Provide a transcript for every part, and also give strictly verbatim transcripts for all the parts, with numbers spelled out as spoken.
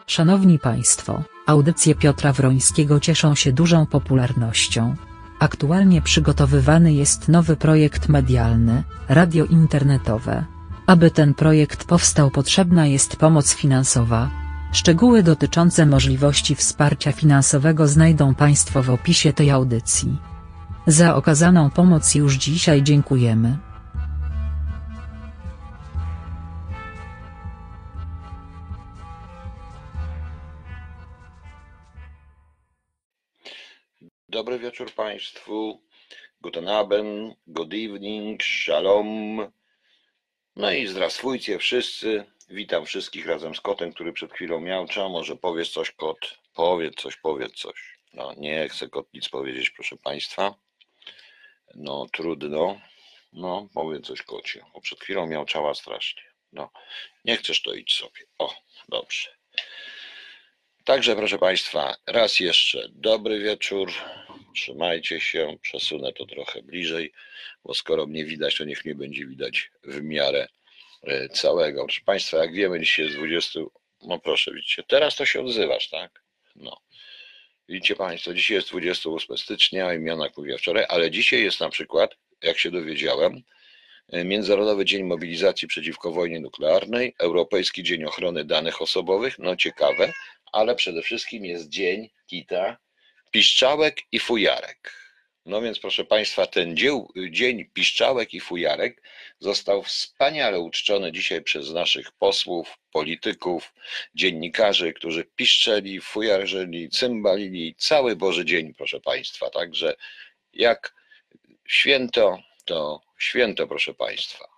Szanowni Państwo, audycje Piotra Wrońskiego cieszą się dużą popularnością. Aktualnie przygotowywany jest nowy projekt medialny, radio internetowe. Aby ten projekt powstał, potrzebna jest pomoc finansowa. Szczegóły dotyczące możliwości wsparcia finansowego znajdą Państwo w opisie tej audycji. Za okazaną pomoc już dzisiaj dziękujemy. Dobry wieczór Państwu, guten Abend, good evening, shalom, no i zdrastwujcie wszyscy, witam wszystkich razem z kotem, który przed chwilą miauczał. Może powiedz coś kot, powiedz coś, powiedz coś. No nie chce kot nic powiedzieć, proszę Państwa, no trudno, no powiedz coś kocie, bo przed chwilą miauczała strasznie, no nie chcesz to idź sobie, o dobrze. Także proszę Państwa, raz jeszcze dobry wieczór, trzymajcie się, przesunę to trochę bliżej, bo skoro mnie widać, to niech mnie będzie widać w miarę całego. Proszę Państwa, jak wiemy, dzisiaj jest dwudziestego, no proszę, widzicie, teraz to się odzywasz, tak? No. Widzicie Państwo, dzisiaj jest dwudziestego ósmego stycznia, imiona mówię wczoraj, ale dzisiaj jest na przykład, jak się dowiedziałem, Międzynarodowy Dzień Mobilizacji Przeciwko Wojnie Nuklearnej, Europejski Dzień Ochrony Danych Osobowych, no ciekawe, ale przede wszystkim jest Dzień Kita, Piszczałek i Fujarek. No więc proszę Państwa, ten dzieł, Dzień Piszczałek i Fujarek został wspaniale uczczony dzisiaj przez naszych posłów, polityków, dziennikarzy, którzy piszczeli, fujarzyli, cymbalili cały Boży Dzień, proszę Państwa. Także jak święto, to święto, proszę Państwa.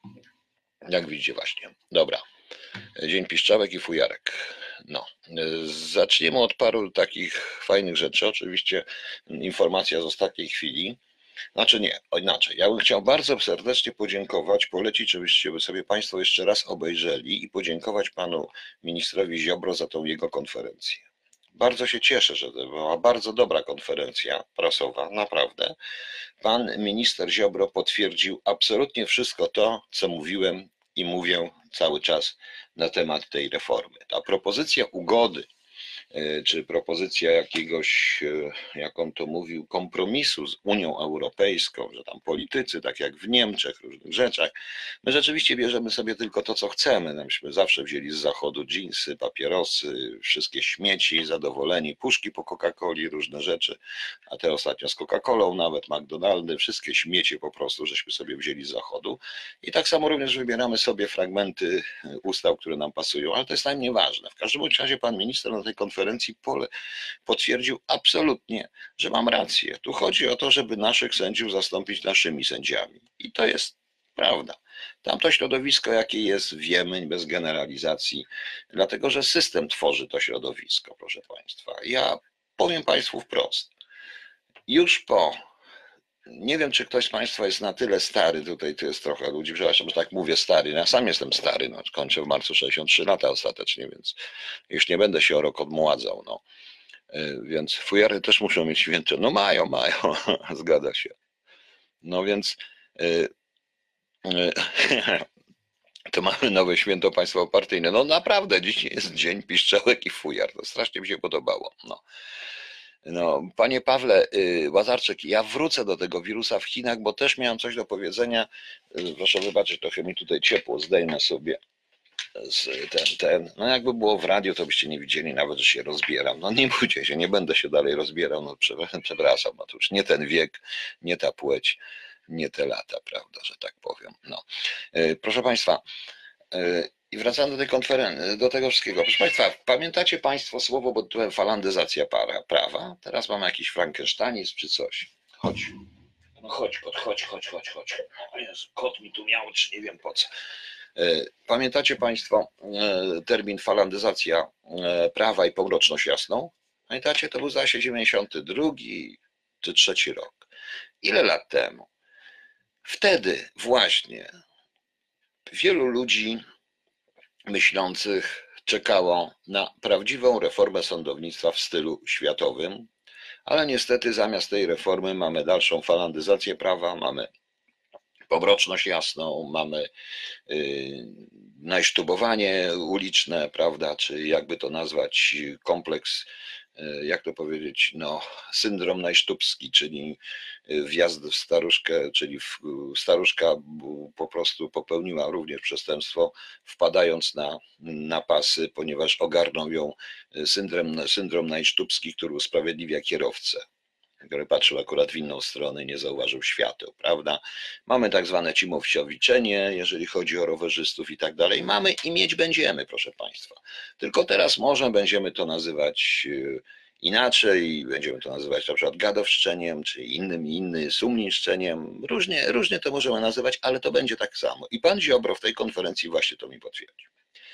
Jak widzicie właśnie. Dobra. Dzień Piszczałek i Fujarek. No, zaczniemy od paru takich fajnych rzeczy. Oczywiście informacja z ostatniej chwili. Znaczy nie, inaczej. Ja bym chciał bardzo serdecznie podziękować, polecić, żebyście sobie Państwo jeszcze raz obejrzeli i podziękować Panu Ministrowi Ziobro za tą jego konferencję. Bardzo się cieszę, że to była bardzo dobra konferencja prasowa, naprawdę. Pan Minister Ziobro potwierdził absolutnie wszystko to, co mówiłem i mówię cały czas na temat tej reformy. Ta propozycja ugody, czy propozycja jakiegoś, jak on to mówił, kompromisu z Unią Europejską, że tam politycy, tak jak w Niemczech, różnych rzeczach, my rzeczywiście bierzemy sobie tylko to, co chcemy. Myśmy zawsze wzięli z zachodu dżinsy, papierosy, wszystkie śmieci, zadowoleni, puszki po Coca-Coli, różne rzeczy, a te ostatnio z Coca-Colą, nawet McDonaldy, wszystkie śmiecie po prostu, żeśmy sobie wzięli z zachodu. I tak samo również wybieramy sobie fragmenty ustaw, które nam pasują, ale to jest najmniej ważne. W każdym razie pan minister na tej konferencji pole potwierdził absolutnie, że mam rację. Tu chodzi o to, żeby naszych sędziów zastąpić naszymi sędziami. I to jest prawda. Tamto środowisko, jakie jest, wiemy, bez generalizacji, dlatego że system tworzy to środowisko, proszę Państwa. Ja powiem Państwu wprost. Już po, nie wiem, czy ktoś z Państwa jest na tyle stary, tutaj to jest trochę ludzi, przepraszam, że tak mówię stary, ja sam jestem stary, no, kończę w marcu sześćdziesiąt trzy lata ostatecznie, więc już nie będę się o rok odmładzał, no. Więc fujary też muszą mieć święto, no mają, mają, zgadza się. No więc yy, yy, to mamy nowe święto państwowo-partyjne, no naprawdę, dziś jest dzień Piszczałek i Fujar, to strasznie mi się podobało, no. No, panie Pawle Łazarczyk, ja wrócę do tego wirusa w Chinach, bo też miałem coś do powiedzenia. Proszę wybaczyć, trochę mi tutaj ciepło, zdejmę sobie ten, ten. No jakby było w radiu, to byście nie widzieli nawet, że się rozbieram. No nie bójcie się, nie będę się dalej rozbierał, no przepraszam, no to już nie ten wiek, nie ta płeć, nie te lata, prawda, że tak powiem. No. Proszę Państwa, i wracamy do tej konferencji, do tego wszystkiego. Proszę Państwa, pamiętacie Państwo słowo pod tytułem falandyzacja prawa? Teraz mamy jakiś frankensteinizm czy coś. Chodź. No chodź, kot, chodź, chodź, chodź, chodź. O Jezu, kot mi tu miał, czy nie wiem po co. Pamiętacie Państwo termin falandyzacja prawa i pomroczność jasną? Pamiętacie, to był zdaje się dziewięćdziesiąty drugi czy trzeci rok. Ile lat temu? Wtedy właśnie wielu ludzi myślących czekało na prawdziwą reformę sądownictwa w stylu światowym, ale niestety zamiast tej reformy mamy dalszą falandyzację prawa, mamy Pobroczność jasną, mamy yy, najsztubowanie uliczne, prawda, czy jakby to nazwać, kompleks, yy, jak to powiedzieć, no, syndrom najsztubski, czyli wjazd w staruszkę, czyli w, staruszka po prostu popełniła również przestępstwo, wpadając na, na pasy, ponieważ ogarnął ją syndrom, syndrom najsztubski, który usprawiedliwia kierowcę, który patrzył akurat w inną stronę i nie zauważył świateł, prawda? Mamy tak zwane cimowciowiczenie, jeżeli chodzi o rowerzystów i tak dalej. Mamy i mieć będziemy, proszę Państwa. Tylko teraz może będziemy to nazywać inaczej, będziemy to nazywać na przykład gadowszczeniem, czy innym inny sumniszczeniem. Różnie, różnie to możemy nazywać, ale to będzie tak samo. I pan Ziobro w tej konferencji właśnie to mi potwierdził.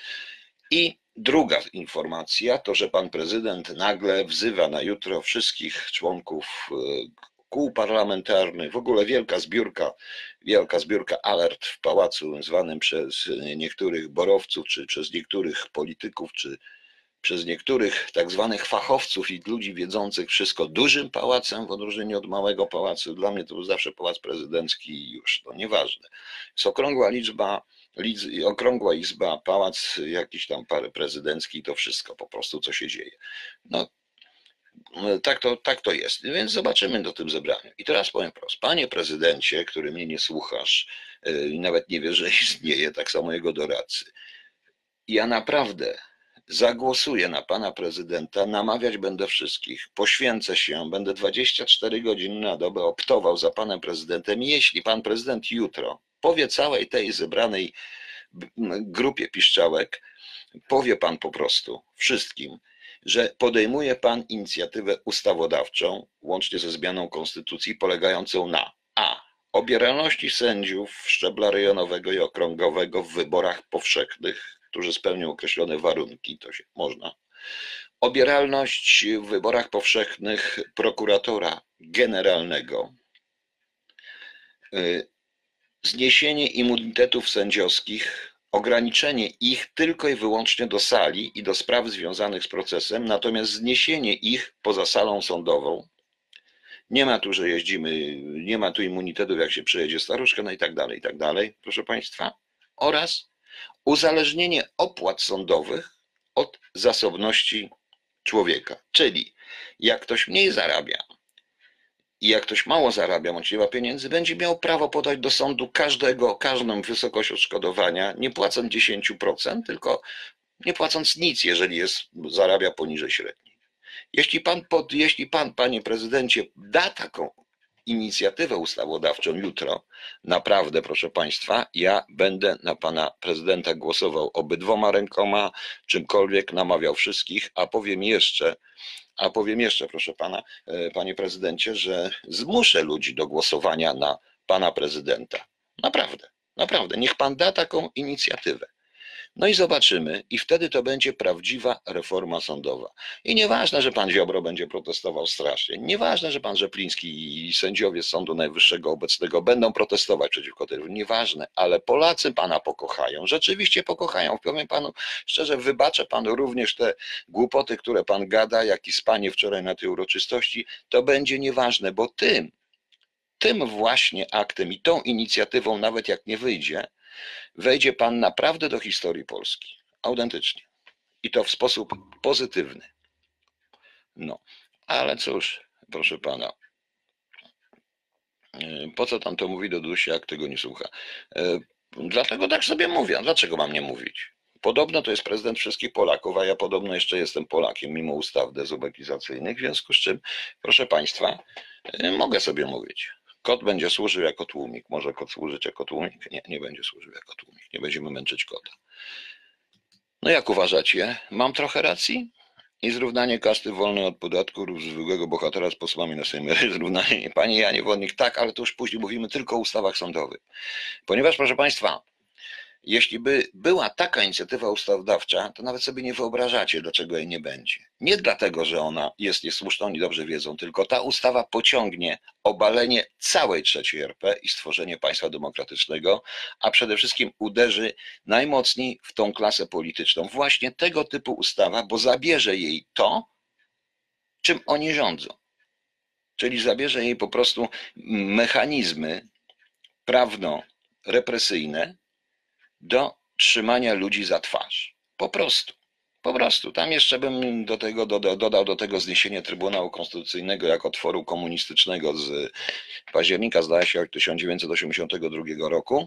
I druga informacja to, że pan prezydent nagle wzywa na jutro wszystkich członków kół parlamentarnych, w ogóle wielka zbiórka, wielka zbiórka alert w pałacu zwanym przez niektórych borowców, czy przez niektórych polityków, czy przez niektórych tak zwanych fachowców i ludzi wiedzących wszystko dużym pałacem w odróżnieniu od małego pałacu. Dla mnie to był zawsze pałac prezydencki i już, to nieważne. Jest okrągła liczba, okrągła izba, pałac jakiś tam parę prezydencki i to wszystko po prostu, co się dzieje. No, tak to, tak to jest, więc zobaczymy do tym zebraniu. I teraz powiem prosto, panie prezydencie, który mnie nie słuchasz i nawet nie wiesz, że istnieje, tak samo jego doradcy. Ja naprawdę zagłosuję na pana prezydenta, namawiać będę wszystkich, poświęcę się, będę dwadzieścia cztery godziny na dobę optował za panem prezydentem. Jeśli pan prezydent jutro powie całej tej zebranej grupie piszczałek, powie pan po prostu wszystkim, że podejmuje pan inicjatywę ustawodawczą, łącznie ze zmianą konstytucji, polegającą na a. obieralności sędziów szczebla rejonowego i okręgowego w wyborach powszechnych, którzy spełnią określone warunki, to się można. Obieralność w wyborach powszechnych prokuratora generalnego, zniesienie immunitetów sędziowskich, ograniczenie ich tylko i wyłącznie do sali i do spraw związanych z procesem, natomiast zniesienie ich poza salą sądową. Nie ma tu, że jeździmy, nie ma tu immunitetów, jak się przejedzie staruszkę, no i tak dalej, i tak dalej, proszę Państwa. Oraz uzależnienie opłat sądowych od zasobności człowieka. Czyli jak ktoś mniej zarabia i jak ktoś mało zarabia, bądź nie ma pieniędzy, będzie miał prawo podać do sądu każdego, każdą wysokość odszkodowania, nie płacąc dziesięć procent, tylko nie płacąc nic, jeżeli jest, zarabia poniżej średniej. Jeśli pan, pod, jeśli pan, panie prezydencie, da taką inicjatywę ustawodawczą jutro, naprawdę, proszę Państwa, ja będę na pana prezydenta głosował obydwoma rękoma, czymkolwiek, namawiał wszystkich, a powiem jeszcze, a powiem jeszcze, proszę pana, panie prezydencie, że zmuszę ludzi do głosowania na pana prezydenta. Naprawdę, naprawdę, niech pan da taką inicjatywę. No i zobaczymy, i wtedy to będzie prawdziwa reforma sądowa. I nieważne, że pan Ziobro będzie protestował strasznie, nieważne, że pan Rzepliński i sędziowie Sądu Najwyższego obecnego będą protestować przeciwko temu, nieważne, ale Polacy pana pokochają, rzeczywiście pokochają. Powiem panu szczerze, wybaczę panu również te głupoty, które pan gada, jak i spanie wczoraj na tej uroczystości, to będzie nieważne, bo tym, tym właśnie aktem i tą inicjatywą, nawet jak nie wyjdzie, wejdzie pan naprawdę do historii Polski. Autentycznie. I to w sposób pozytywny. No, ale cóż, proszę pana, po co tam to mówi do Dusi, jak tego nie słucha? Dlatego tak sobie mówię. Dlaczego mam nie mówić? Podobno to jest prezydent wszystkich Polaków, a ja podobno jeszcze jestem Polakiem, mimo ustaw dezubekizacyjnych, w związku z czym, proszę państwa, mogę sobie mówić. Kot będzie służył jako tłumik. Może kot służyć jako tłumik? Nie, nie będzie służył jako tłumik. Nie będziemy męczyć kota. No jak uważacie? Mam trochę racji? I zrównanie kasty wolnej od podatku lub zwykłego bohatera z posłami na Sejmie. Zrównanie, panie Janie Wodnik, tak, ale to już później mówimy tylko o ustawach sądowych. Ponieważ, proszę państwa, jeśli by była taka inicjatywa ustawodawcza, to nawet sobie nie wyobrażacie, dlaczego jej nie będzie. Nie dlatego, że ona jest niesłuszna, oni dobrze wiedzą, tylko ta ustawa pociągnie obalenie całej trzeciej R P i stworzenie państwa demokratycznego, a przede wszystkim uderzy najmocniej w tą klasę polityczną. Właśnie tego typu ustawa, bo zabierze jej to, czym oni rządzą. Czyli zabierze jej po prostu mechanizmy prawno represyjne do trzymania ludzi za twarz. Po prostu. Po prostu. Tam jeszcze bym do tego doda, dodał do tego zniesienie Trybunału Konstytucyjnego jako tworu komunistycznego z października, zdaje się, tysiąc dziewięćset osiemdziesiątego drugiego roku.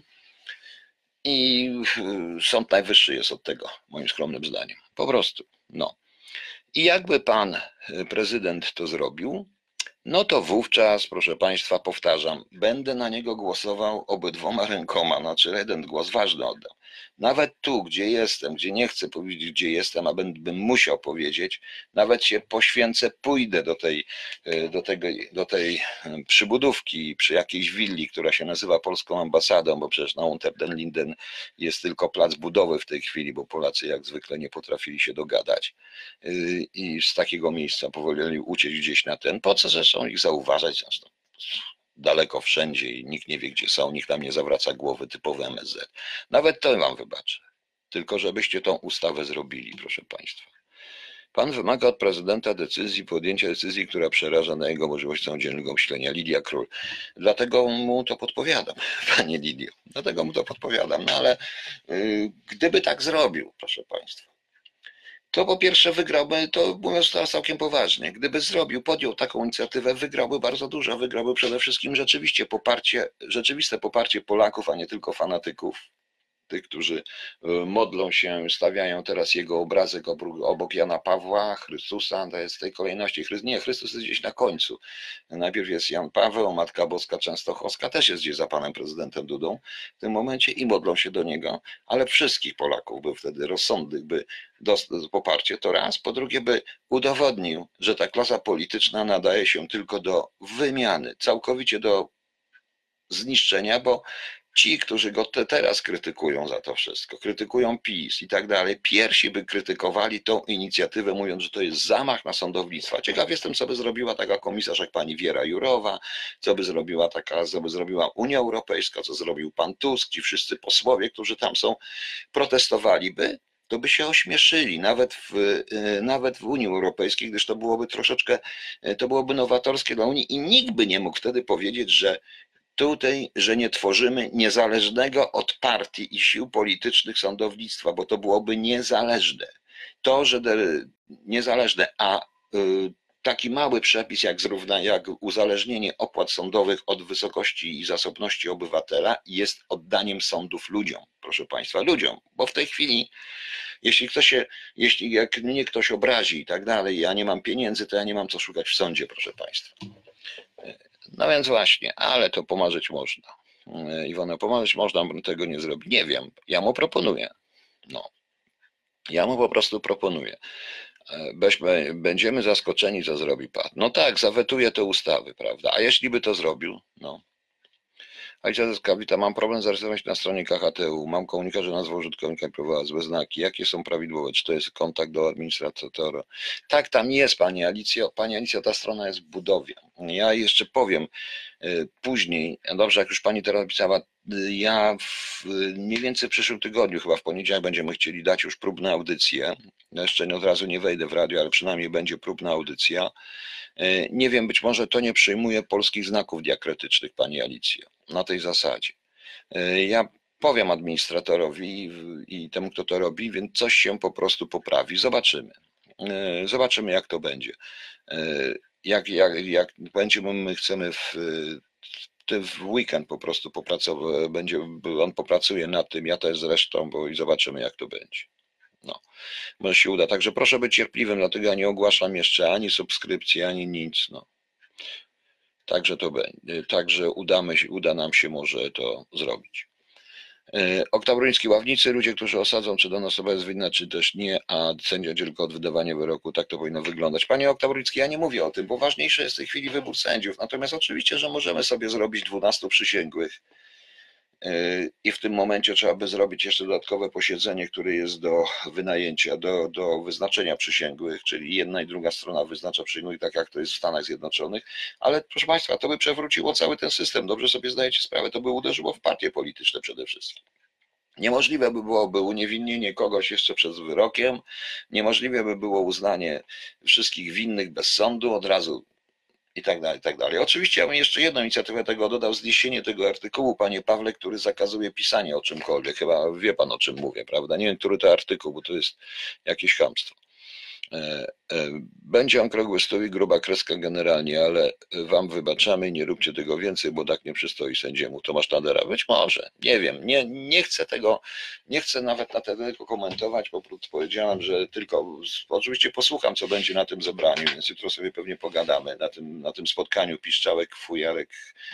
I Sąd Najwyższy jest od tego, moim skromnym zdaniem. Po prostu. No. I jakby pan prezydent to zrobił, no to wówczas, proszę państwa, powtarzam, będę na niego głosował obydwoma rękoma, znaczy jeden głos ważny oddam. Nawet tu, gdzie jestem, gdzie nie chcę powiedzieć, gdzie jestem, a bym musiał powiedzieć, nawet się poświęcę, pójdę do tej, do tego, do tej przybudówki przy jakiejś willi, która się nazywa Polską Ambasadą, bo przecież na Unter den Linden jest tylko plac budowy w tej chwili, bo Polacy jak zwykle nie potrafili się dogadać i z takiego miejsca powoleli uciec gdzieś na ten, po co zresztą ich zauważać, zresztą daleko wszędzie i nikt nie wie, gdzie są, nikt tam nie zawraca głowy, typowy M S Z. Nawet to wam wybaczę. Tylko żebyście tą ustawę zrobili, proszę państwa. Pan wymaga od prezydenta decyzji, podjęcia decyzji, która przeraża na jego możliwość samodzielnego myślenia. Lidia Król. Dlatego mu to podpowiadam, panie Lidio. Dlatego mu to podpowiadam. No ale yy, gdyby tak zrobił, proszę państwa, to po pierwsze wygrałby, to mówiąc teraz całkiem poważnie, gdyby zrobił, podjął taką inicjatywę, wygrałby bardzo dużo, wygrałby przede wszystkim rzeczywiście poparcie, rzeczywiste poparcie Polaków, a nie tylko fanatyków, tych, którzy modlą się, stawiają teraz jego obrazek obok Jana Pawła, Chrystusa, to jest w tej kolejności, nie, Chrystus jest gdzieś na końcu. Najpierw jest Jan Paweł, Matka Boska Częstochowska, też jest gdzieś za panem prezydentem Dudą w tym momencie i modlą się do niego, ale wszystkich Polaków by wtedy rozsądnych, by poparcie to raz, po drugie by udowodnił, że ta klasa polityczna nadaje się tylko do wymiany, całkowicie do zniszczenia, bo ci, którzy go te teraz krytykują za to wszystko, krytykują PiS i tak dalej, pierwsi by krytykowali tą inicjatywę, mówiąc, że to jest zamach na sądownictwo. Ciekaw jestem, co by zrobiła taka komisarz jak pani Wiera Jurowa, co by zrobiła taka, co by zrobiła Unia Europejska, co zrobił pan Tusk, ci wszyscy posłowie, którzy tam są, protestowaliby, to by się ośmieszyli, nawet w, nawet w Unii Europejskiej, gdyż to byłoby troszeczkę, to byłoby nowatorskie dla Unii i nikt by nie mógł wtedy powiedzieć, że tutaj, że nie tworzymy niezależnego od partii i sił politycznych sądownictwa, bo to byłoby niezależne. To, że niezależne, a taki mały przepis jak, zrówna, jak uzależnienie opłat sądowych od wysokości i zasobności obywatela jest oddaniem sądów ludziom, proszę państwa, ludziom, bo w tej chwili jeśli ktoś się, jeśli jak mnie ktoś obrazi i tak dalej, ja nie mam pieniędzy, to ja nie mam co szukać w sądzie, proszę państwa. No więc właśnie, ale to pomarzyć można. Iwona, pomarzyć można, bym tego nie zrobił. Nie wiem, ja mu proponuję. No. Ja mu po prostu proponuję. Będziemy zaskoczeni, co zrobi pan. No tak, zawetuje te ustawy, prawda? A jeśli by to zrobił, no. Alicja Skawita, mam problem zarejestrować na stronie K H T U. Mam komunikat, że nazwa użytkownika próbowała złe znaki. Jakie są prawidłowe? Czy to jest kontakt do administratora? Tak, tam jest, pani Alicjo. Pani Alicjo, ta strona jest w budowie. Ja jeszcze powiem później, dobrze, jak już pani teraz pisała, ja w mniej więcej w przyszłym tygodniu, chyba w poniedziałek, będziemy chcieli dać już próbne audycje. Jeszcze nie od razu nie wejdę w radio, ale przynajmniej będzie próbna audycja. Nie wiem, być może to nie przyjmuje polskich znaków diakrytycznych, pani Alicjo, na tej zasadzie. Ja powiem administratorowi i temu, kto to robi, więc coś się po prostu poprawi. Zobaczymy. Zobaczymy, jak to będzie. Jak, jak, jak będziemy, my chcemy w, w weekend po prostu popracować, będzie, on popracuje nad tym, ja też zresztą, bo i zobaczymy, jak to będzie. No, może się uda. Także proszę być cierpliwym, dlatego ja nie ogłaszam jeszcze ani subskrypcji, ani nic. No. Także to będzie. Także udamy, uda nam się może to zrobić. Oktawroński, ławnicy, ludzie, którzy osadzą, czy dana osoba jest winna, czy też nie, a sędzia tylko od wydawania wyroku, tak to powinno wyglądać. Panie Oktawroński, ja nie mówię o tym, bo ważniejszy jest w tej chwili wybór sędziów. Natomiast oczywiście, że możemy sobie zrobić dwunastu przysięgłych i w tym momencie trzeba by zrobić jeszcze dodatkowe posiedzenie, które jest do wynajęcia, do, do wyznaczenia przysięgłych, czyli jedna i druga strona wyznacza przysięgłych, tak jak to jest w Stanach Zjednoczonych, ale proszę państwa, to by przewróciło cały ten system, dobrze sobie zdajecie sprawę, to by uderzyło w partie polityczne przede wszystkim. Niemożliwe by byłoby uniewinnienie kogoś jeszcze przed wyrokiem, niemożliwe by było uznanie wszystkich winnych bez sądu, od razu i tak dalej, i tak dalej. Oczywiście ja bym jeszcze jedną inicjatywę tego dodał, zniesienie tego artykułu, panie Pawle, który zakazuje pisania o czymkolwiek. Chyba wie pan, o czym mówię, prawda? Nie wiem, który to artykuł, bo to jest jakieś chamstwo. Będzie okrągły stół i gruba kreska generalnie, ale wam wybaczamy, nie róbcie tego więcej, bo tak nie przystoi sędziemu. Tomasz Tadera. Być może, nie wiem, nie, nie chcę tego, nie chcę nawet na tego komentować, po prostu powiedziałem, że tylko, oczywiście posłucham, co będzie na tym zebraniu, więc jutro sobie pewnie pogadamy, na tym, na tym spotkaniu piszczałek, fujarek,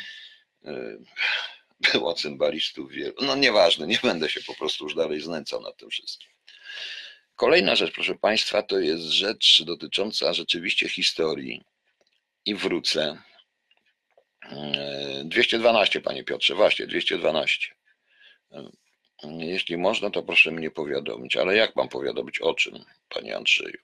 było cymbalistów wielu. No nieważne, nie będę się po prostu już dalej znęcał nad tym wszystkim. Kolejna rzecz, proszę Państwa, to jest rzecz dotycząca rzeczywiście historii. I wrócę. dwieście dwanaście, panie Piotrze, właśnie, dwieście dwanaście. Jeśli można, to proszę mnie powiadomić. Ale jak mam powiadomić o czym, panie Andrzeju?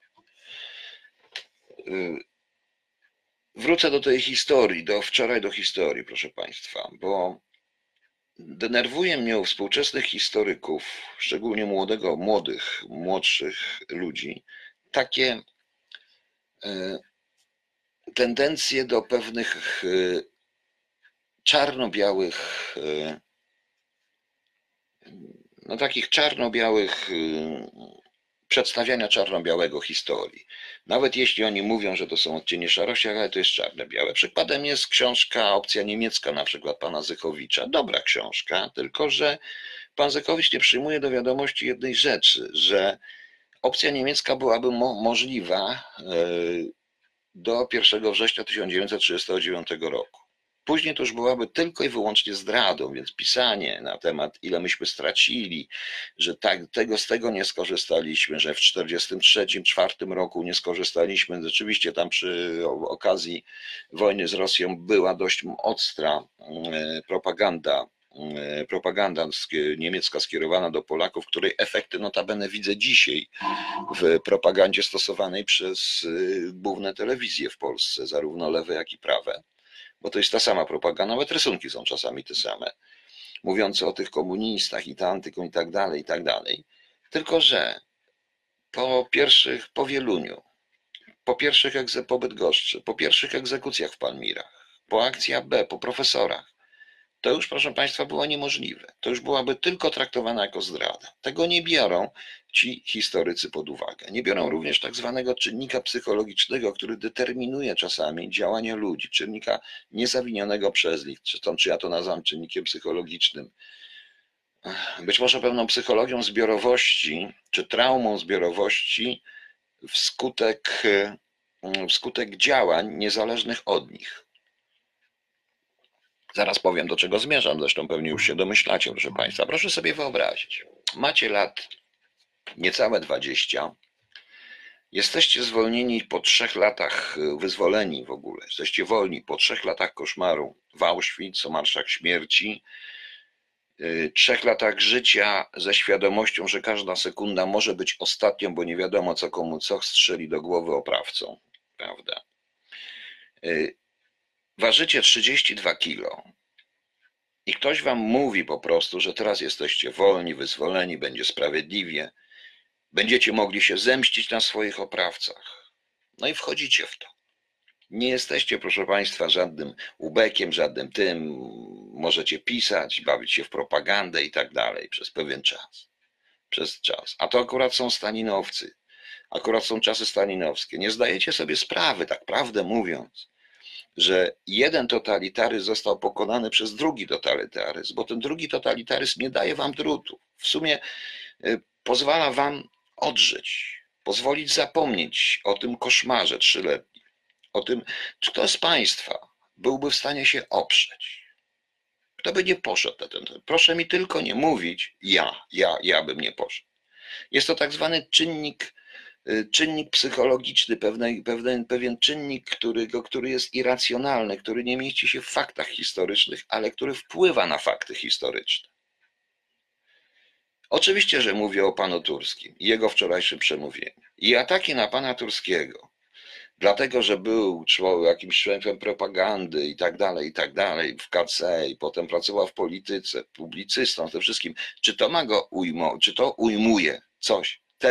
Wrócę do tej historii, do wczoraj do historii, proszę Państwa, bo denerwuje mnie u współczesnych historyków, szczególnie młodego, młodych, młodszych ludzi, takie tendencje do pewnych czarno-białych, no takich czarno-białych, przedstawiania czarno-białego historii. Nawet jeśli oni mówią, że to są odcienie szarości, ale to jest czarne-białe. Przykładem jest książka Opcja niemiecka, na przykład pana Zychowicza. Dobra książka, tylko że pan Zychowicz nie przyjmuje do wiadomości jednej rzeczy, że opcja niemiecka byłaby mo możliwa do pierwszego września tysiąc dziewięćset trzydziestego dziewiątego roku. Później to już byłaby tylko i wyłącznie zdradą, więc pisanie na temat, ile myśmy stracili, że tak, tego, z tego nie skorzystaliśmy, że w czterdziestym trzecim, czwartym roku nie skorzystaliśmy. Rzeczywiście tam przy okazji wojny z Rosją była dość ostra propaganda, propaganda niemiecka skierowana do Polaków, której efekty notabene widzę dzisiaj w propagandzie stosowanej przez główne telewizje w Polsce, zarówno lewe, jak i prawe. Bo to jest ta sama propaganda, nawet rysunki są czasami te same, mówiące o tych komunistach i tantyką i tak dalej, i tak dalej. Tylko że po pierwszych, po Wieluniu, po pierwszych egze, po Bydgoszczy, po pierwszych egzekucjach w Palmirach, po akcji A B, po profesorach, to już, proszę Państwa, było niemożliwe. To już byłaby tylko traktowana jako zdrada. Tego nie biorą ci historycy pod uwagę. Nie biorą również tak zwanego czynnika psychologicznego, który determinuje czasami działania ludzi, czynnika niezawinionego przez nich, czy, to, czy ja to nazywam czynnikiem psychologicznym. Być może pewną psychologią zbiorowości, czy traumą zbiorowości wskutek, wskutek działań niezależnych od nich. Zaraz powiem, do czego zmierzam, zresztą pewnie już się domyślacie, proszę Państwa. Proszę sobie wyobrazić, macie lat niecałe dwadzieścia, jesteście zwolnieni po trzech latach, wyzwoleni w ogóle, jesteście wolni po trzech latach koszmaru w Auschwitz, o marszach śmierci, trzech latach życia ze świadomością, że każda sekunda może być ostatnią, bo nie wiadomo co komu co strzeli do głowy oprawcą, prawda? Ważycie trzydzieści dwa kilo i ktoś wam mówi po prostu, że teraz jesteście wolni, wyzwoleni, będzie sprawiedliwie, będziecie mogli się zemścić na swoich oprawcach. No i wchodzicie w to. Nie jesteście, proszę Państwa, żadnym ubekiem, żadnym tym, możecie pisać, bawić się w propagandę i tak dalej przez pewien czas. Przez czas. A to akurat są stalinowcy, akurat są czasy stalinowskie. Nie zdajecie sobie sprawy, tak prawdę mówiąc, że jeden totalitaryzm został pokonany przez drugi totalitaryzm, bo ten drugi totalitaryzm nie daje wam drutu. W sumie pozwala wam odżyć, pozwolić zapomnieć o tym koszmarze trzyletnim, o tym, czy kto z Państwa byłby w stanie się oprzeć. Kto by nie poszedł na ten temat? Proszę mi tylko nie mówić, ja, ja, ja bym nie poszedł. Jest to tak zwany czynnik czynnik psychologiczny, pewien, pewien, pewien czynnik, który, który jest irracjonalny, który nie mieści się w faktach historycznych, ale który wpływa na fakty historyczne. Oczywiście, że mówię o panu Turskim i jego wczorajszym przemówieniu. I ataki na pana Turskiego, dlatego, że był jakimś członkiem propagandy i tak dalej, i tak dalej, w K C i potem pracował w polityce, publicystą, tym wszystkim. Czy to ma go ujmo, czy to ujmuje coś temu,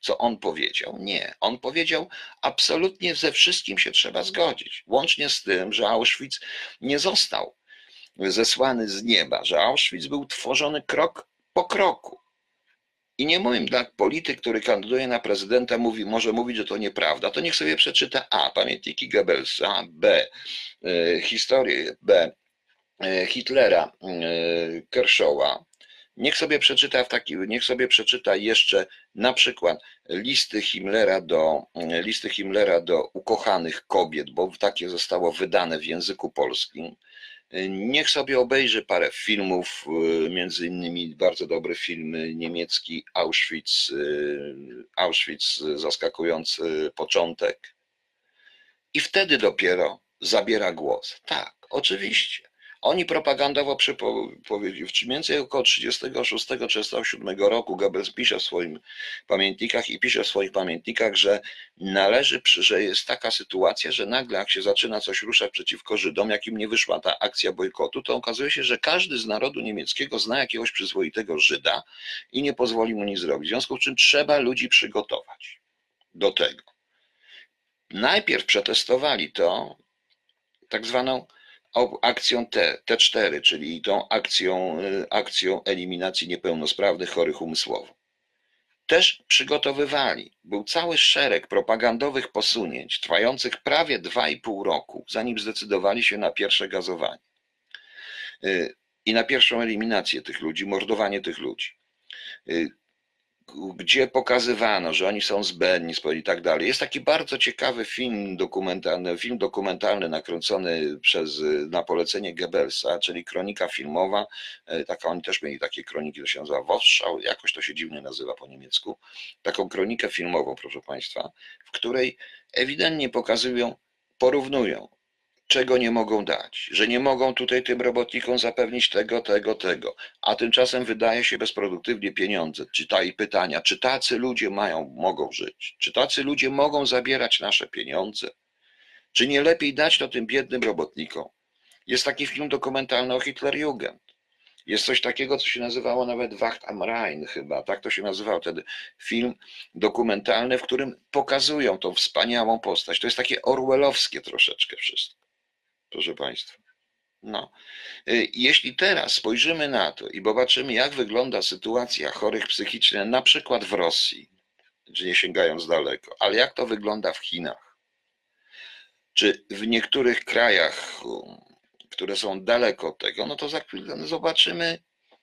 co on powiedział? Nie. On powiedział, absolutnie ze wszystkim się trzeba zgodzić. Łącznie z tym, że Auschwitz nie został zesłany z nieba, że Auschwitz był tworzony krok po kroku. I nie mówię, dla polityk, który kandyduje na prezydenta, mówi, może mówić, że to nieprawda, to niech sobie przeczyta A. Pamiętniki Goebbelsa, B. Historię, B. Hitlera, Kershawa. Niech sobie przeczyta w taki, niech sobie przeczyta jeszcze na przykład listy Himmlera do, listy Himmlera do ukochanych kobiet, bo takie zostało wydane w języku polskim. Niech sobie obejrzy parę filmów, między innymi bardzo dobry film niemiecki Auschwitz, Auschwitz, zaskakujący początek. I wtedy dopiero zabiera głos. Tak, oczywiście. Oni propagandowo przypowiedzieli, w między około trzydziestego szóstego trzydziestego siódmego roku Goebbels pisze w swoich pamiętnikach i pisze w swoich pamiętnikach, że należy, że jest taka sytuacja, że nagle jak się zaczyna coś ruszać przeciwko Żydom, jak im nie wyszła ta akcja bojkotu, to okazuje się, że każdy z narodu niemieckiego zna jakiegoś przyzwoitego Żyda i nie pozwoli mu nic zrobić. W związku z czym trzeba ludzi przygotować do tego. Najpierw przetestowali to tak zwaną akcją T, T4, czyli tą akcją, akcją eliminacji niepełnosprawnych, chorych umysłowo. Też przygotowywali, był cały szereg propagandowych posunięć trwających prawie dwa i pół roku, zanim zdecydowali się na pierwsze gazowanie i na pierwszą eliminację tych ludzi, mordowanie tych ludzi, gdzie pokazywano, że oni są zbędni i tak dalej. Jest taki bardzo ciekawy film dokumentalny, film dokumentalny nakręcony przez, na polecenie Goebbelsa, czyli kronika filmowa, taka, oni też mieli takie kroniki, to się nazywa Wossschau, jakoś to się dziwnie nazywa po niemiecku, taką kronikę filmową, proszę Państwa, w której ewidentnie pokazują, porównują, czego nie mogą dać, że nie mogą tutaj tym robotnikom zapewnić tego, tego, tego, a tymczasem wydaje się bezproduktywnie pieniądze. Czytaj pytania, czy tacy ludzie mają, mogą żyć, czy tacy ludzie mogą zabierać nasze pieniądze, czy nie lepiej dać to tym biednym robotnikom. Jest taki film dokumentalny o Hitlerjugend. Jest coś takiego, co się nazywało nawet Wacht am Rhein chyba, tak to się nazywał wtedy. Film dokumentalny, w którym pokazują tą wspaniałą postać. To jest takie orwellowskie troszeczkę wszystko. Proszę Państwa, no. Jeśli teraz spojrzymy na to i zobaczymy, jak wygląda sytuacja chorych psychicznie, na przykład w Rosji, czy nie sięgając daleko, ale jak to wygląda w Chinach, czy w niektórych krajach, które są daleko od tego, no to za chwilę zobaczymy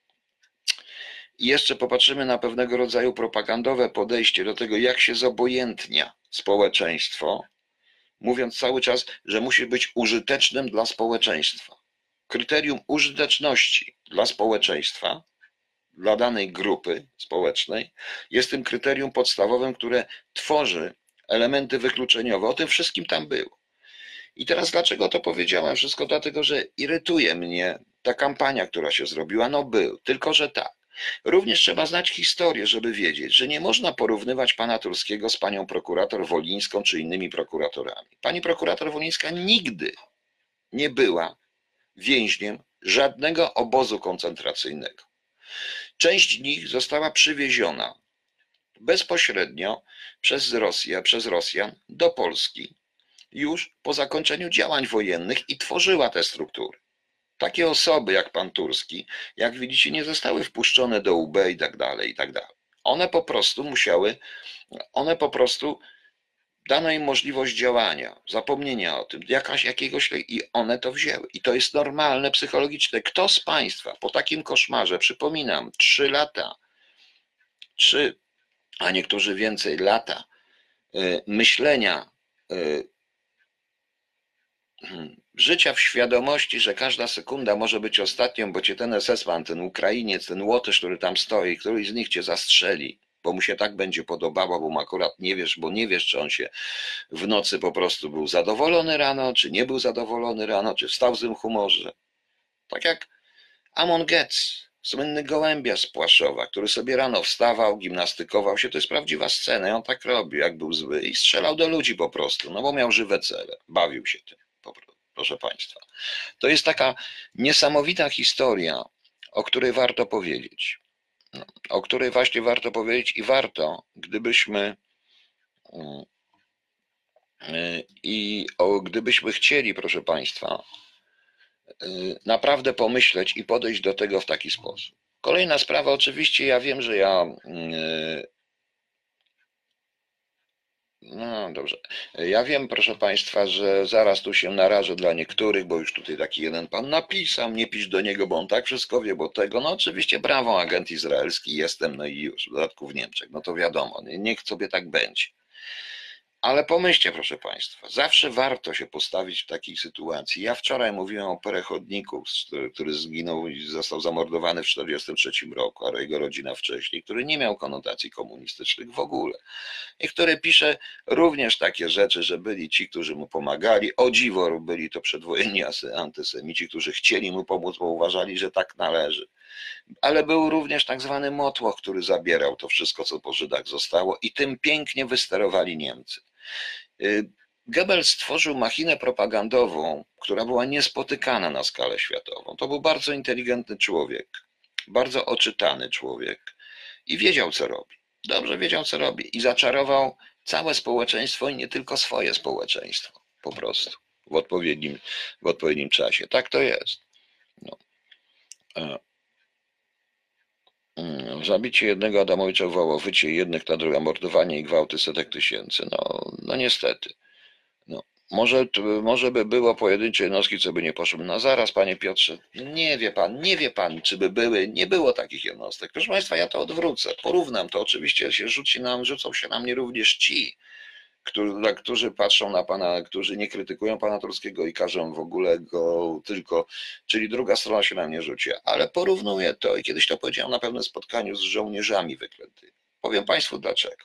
i jeszcze popatrzymy na pewnego rodzaju propagandowe podejście do tego, jak się zobojętnia społeczeństwo, mówiąc cały czas, że musi być użytecznym dla społeczeństwa. Kryterium użyteczności dla społeczeństwa, dla danej grupy społecznej, jest tym kryterium podstawowym, które tworzy elementy wykluczeniowe. O tym wszystkim tam było. I teraz dlaczego to powiedziałem? Wszystko dlatego, że irytuje mnie ta kampania, która się zrobiła. No był, tylko że tak. Również trzeba znać historię, żeby wiedzieć, że nie można porównywać pana Turskiego z panią prokurator Wolińską czy innymi prokuratorami. Pani prokurator Wolińska nigdy nie była więźniem żadnego obozu koncentracyjnego. Część z nich została przywieziona bezpośrednio przez Rosję, przez Rosjan do Polski już po zakończeniu działań wojennych i tworzyła te struktury. Takie osoby jak pan Turski, jak widzicie, nie zostały wpuszczone do U B i tak dalej, i tak dalej. One po prostu musiały, one po prostu dano im możliwość działania, zapomnienia o tym, jakaś, jakiegoś, i one to wzięły. I to jest normalne psychologiczne. Kto z Państwa po takim koszmarze, przypominam, trzy lata, trzy, a niektórzy więcej lata myślenia, życia w świadomości, że każda sekunda może być ostatnią, bo cię ten es es man, ten Ukrainiec, ten Łotysz, który tam stoi, któryś z nich cię zastrzeli, bo mu się tak będzie podobało, bo mu akurat nie wiesz, bo nie wiesz, czy on się w nocy po prostu był zadowolony rano, czy nie był zadowolony rano, czy wstał w złym humorze. Tak jak Amon Getz, słynny gołębia z Płaszowa, który sobie rano wstawał, gimnastykował się, to jest prawdziwa scena, i on tak robił, jak był zły, i strzelał do ludzi po prostu, no bo miał żywe cele, bawił się tym, po prostu, proszę Państwa. To jest taka niesamowita historia, o której warto powiedzieć. no, o której właśnie warto powiedzieć i warto, gdybyśmy mm, y, i o, gdybyśmy chcieli, proszę Państwa, y, naprawdę pomyśleć i podejść do tego w taki sposób. Kolejna sprawa, oczywiście ja wiem, że ja y, no dobrze. Ja wiem, proszę Państwa, że zaraz tu się narażę dla niektórych, bo już tutaj taki jeden pan napisał, nie pisz do niego, bo on tak wszystko wie, bo tego, no oczywiście brawo, agent izraelski jestem, no i już, w dodatku w Niemczech, no to wiadomo, niech sobie tak będzie. Ale pomyślcie, proszę Państwa, zawsze warto się postawić w takiej sytuacji. Ja wczoraj mówiłem o perechodniku, który zginął i został zamordowany w tysiąc dziewięćset czterdziestym trzecim roku, a jego rodzina wcześniej, który nie miał konotacji komunistycznych w ogóle. I który pisze również takie rzeczy, że byli ci, którzy mu pomagali. O dziwo, byli to przedwojenni antysemici, którzy chcieli mu pomóc, bo uważali, że tak należy. Ale był również tak zwany motłoch, który zabierał to wszystko, co po Żydach zostało i tym pięknie wysterowali Niemcy. Goebbels stworzył machinę propagandową, która była niespotykana na skalę światową. To był bardzo inteligentny człowiek, bardzo oczytany człowiek i wiedział, co robi. Dobrze wiedział, co robi i zaczarował całe społeczeństwo i nie tylko swoje społeczeństwo, po prostu, w odpowiednim, w odpowiednim czasie. Tak to jest. No. Zabicie jednego Adamowicza w Wołowycie, jednych na drugie, mordowanie i gwałty setek tysięcy. No, no niestety. No. Może, może by było pojedyncze jednostki, co by nie poszły. No zaraz, panie Piotrze, nie wie pan, nie wie pan, czy by były, nie było takich jednostek. Proszę państwa, ja to odwrócę, porównam to. Oczywiście się rzuci nam, rzucą się na mnie również ci, którzy, którzy patrzą na pana, którzy nie krytykują pana Turskiego i każą w ogóle go tylko, czyli druga strona się na mnie rzuci. Ale porównuję to i kiedyś to powiedziałem na pewnym spotkaniu z żołnierzami wyklętymi. Powiem państwu dlaczego.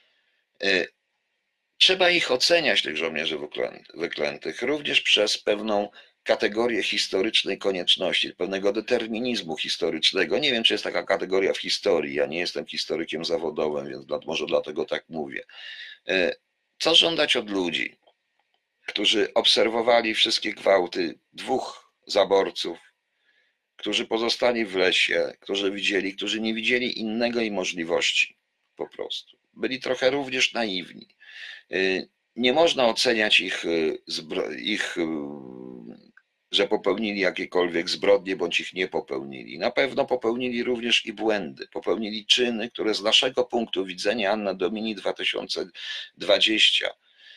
Trzeba ich oceniać, tych żołnierzy wyklętych, również przez pewną kategorię historycznej konieczności, pewnego determinizmu historycznego. Nie wiem, czy jest taka kategoria w historii. Ja nie jestem historykiem zawodowym, więc może dlatego tak mówię. Co żądać od ludzi, którzy obserwowali wszystkie gwałty dwóch zaborców, którzy pozostali w lesie, którzy widzieli, którzy nie widzieli innego i możliwości po prostu. Byli trochę również naiwni. Nie można oceniać ich, ich, że popełnili jakiekolwiek zbrodnie, bądź ich nie popełnili. Na pewno popełnili również i błędy. Popełnili czyny, które z naszego punktu widzenia Anno Domini dwa tysiące dwudziestego,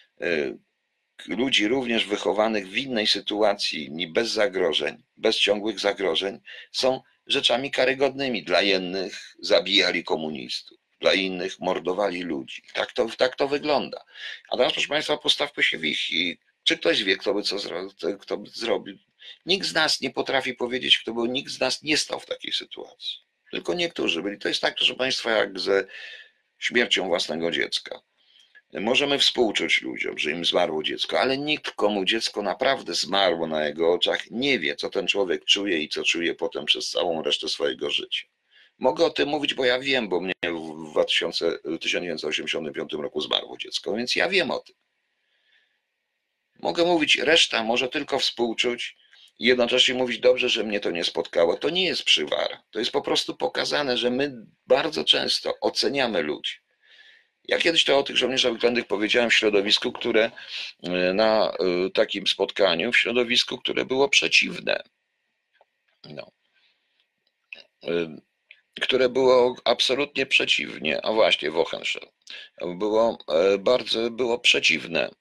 ludzi również wychowanych w innej sytuacji, bez zagrożeń, bez ciągłych zagrożeń, są rzeczami karygodnymi. Dla jednych zabijali komunistów, dla innych mordowali ludzi. Tak to, tak to wygląda. A teraz, proszę państwa, postawmy się w ich. I czy ktoś wie, kto by co zro, kto by zrobił? Nikt z nas nie potrafi powiedzieć, kto był, nikt z nas nie stał w takiej sytuacji. Tylko niektórzy byli. To jest tak, proszę państwa, jak ze śmiercią własnego dziecka. Możemy współczuć ludziom, że im zmarło dziecko, ale nikt, komu dziecko naprawdę zmarło na jego oczach, nie wie, co ten człowiek czuje i co czuje potem przez całą resztę swojego życia. Mogę o tym mówić, bo ja wiem, bo mnie w tysiąc dziewięćset osiemdziesiątym piątym roku zmarło dziecko, więc ja wiem o tym. Mogę mówić, reszta może tylko współczuć i jednocześnie mówić dobrze, że mnie to nie spotkało. To nie jest przywara. To jest po prostu pokazane, że my bardzo często oceniamy ludzi. Ja kiedyś to o tych żołnierzach wyklętych powiedziałem w środowisku, które na takim spotkaniu, w środowisku, które było przeciwne. No. Które było absolutnie przeciwnie, a właśnie Wochenschel, było bardzo było przeciwne.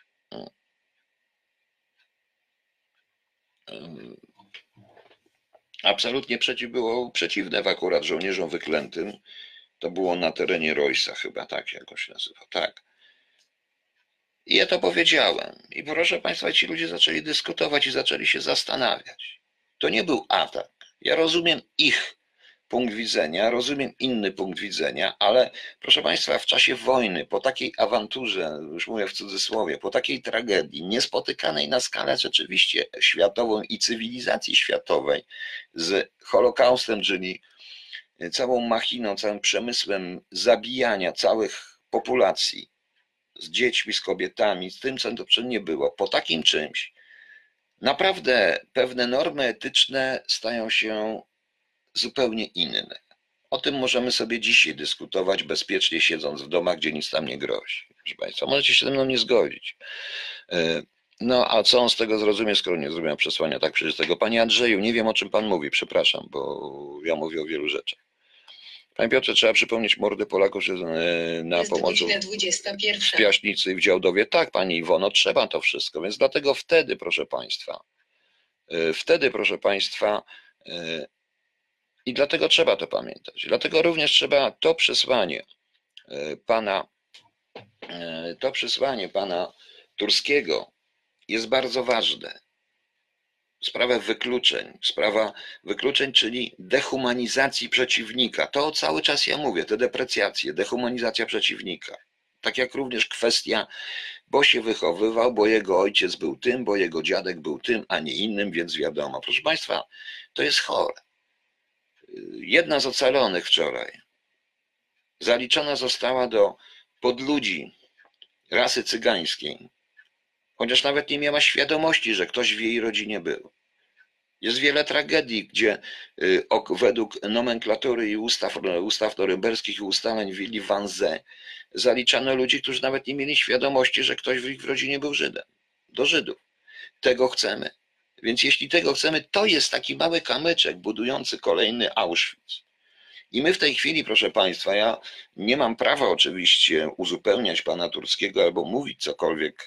Absolutnie przeciw, było przeciwne w akurat żołnierzom wyklętym. To było na terenie Rojsa chyba, tak jakoś nazywa, tak. I ja to powiedziałem. I proszę państwa, ci ludzie zaczęli dyskutować i zaczęli się zastanawiać. To nie był atak. Ja rozumiem ich punkt widzenia, rozumiem inny punkt widzenia, ale proszę państwa, w czasie wojny, po takiej awanturze, już mówię w cudzysłowie, po takiej tragedii, niespotykanej na skalę rzeczywiście światową i cywilizacji światowej, z Holokaustem, czyli całą machiną, całym przemysłem zabijania całych populacji, z dziećmi, z kobietami, z tym, co to nie było, po takim czymś, naprawdę pewne normy etyczne stają się zupełnie inne. O tym możemy sobie dzisiaj dyskutować bezpiecznie, siedząc w domach, gdzie nic tam nie grozi. Proszę Państwa, możecie się ze mną nie zgodzić. No a co on z tego zrozumie, skoro nie zrobiłem przesłania tak przejrzystego? Panie Andrzeju, nie wiem, o czym Pan mówi, przepraszam, bo ja mówię o wielu rzeczach. Panie Piotrze, trzeba przypomnieć mordy Polaków że na Jest Pomorzu, godzina dwudziesta pierwsza. w Piaśnicy i w Działdowie. Tak, Pani Iwono, trzeba to wszystko, więc dlatego wtedy, proszę Państwa, wtedy, proszę Państwa, i dlatego trzeba to pamiętać. Dlatego również trzeba to przesłanie Pana, to przesłanie Pana Turskiego jest bardzo ważne. Sprawa wykluczeń, sprawa wykluczeń, czyli dehumanizacji przeciwnika. To cały czas ja mówię, te deprecjacje, dehumanizacja przeciwnika. Tak jak również kwestia, bo się wychowywał, bo jego ojciec był tym, bo jego dziadek był tym, a nie innym, więc wiadomo. Proszę Państwa, to jest chore. Jedna z ocalonych wczoraj zaliczona została do podludzi rasy cygańskiej, chociaż nawet nie miała świadomości, że ktoś w jej rodzinie był. Jest wiele tragedii, gdzie według nomenklatury i ustaw, ustaw norymberskich i ustaleń willi Vanzé zaliczano ludzi, którzy nawet nie mieli świadomości, że ktoś w ich rodzinie był Żydem. Do Żydów. Tego chcemy. Więc jeśli tego chcemy, to jest taki mały kamyczek budujący kolejny Auschwitz. I my w tej chwili, proszę Państwa, ja nie mam prawa oczywiście uzupełniać Pana Turskiego albo mówić cokolwiek,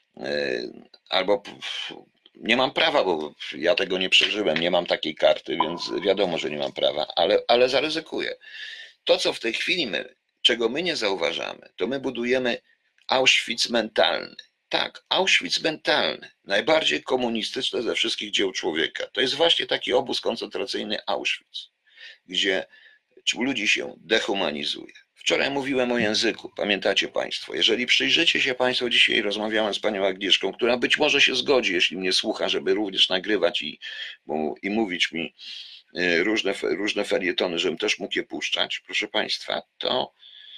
albo nie mam prawa, bo ja tego nie przeżyłem, nie mam takiej karty, więc wiadomo, że nie mam prawa, ale, ale zaryzykuję. To, co w tej chwili my, czego my nie zauważamy, to my budujemy Auschwitz mentalny. Tak, Auschwitz mentalny, najbardziej komunistyczny ze wszystkich dzieł człowieka. To jest właśnie taki obóz koncentracyjny Auschwitz, gdzie ludzi się dehumanizuje. Wczoraj mówiłem o języku, pamiętacie Państwo, jeżeli przyjrzycie się Państwo, dzisiaj rozmawiałem z panią Agnieszką, która być może się zgodzi, jeśli mnie słucha, żeby również nagrywać i, i mówić mi różne, różne felietony, żebym też mógł je puszczać, proszę Państwa, to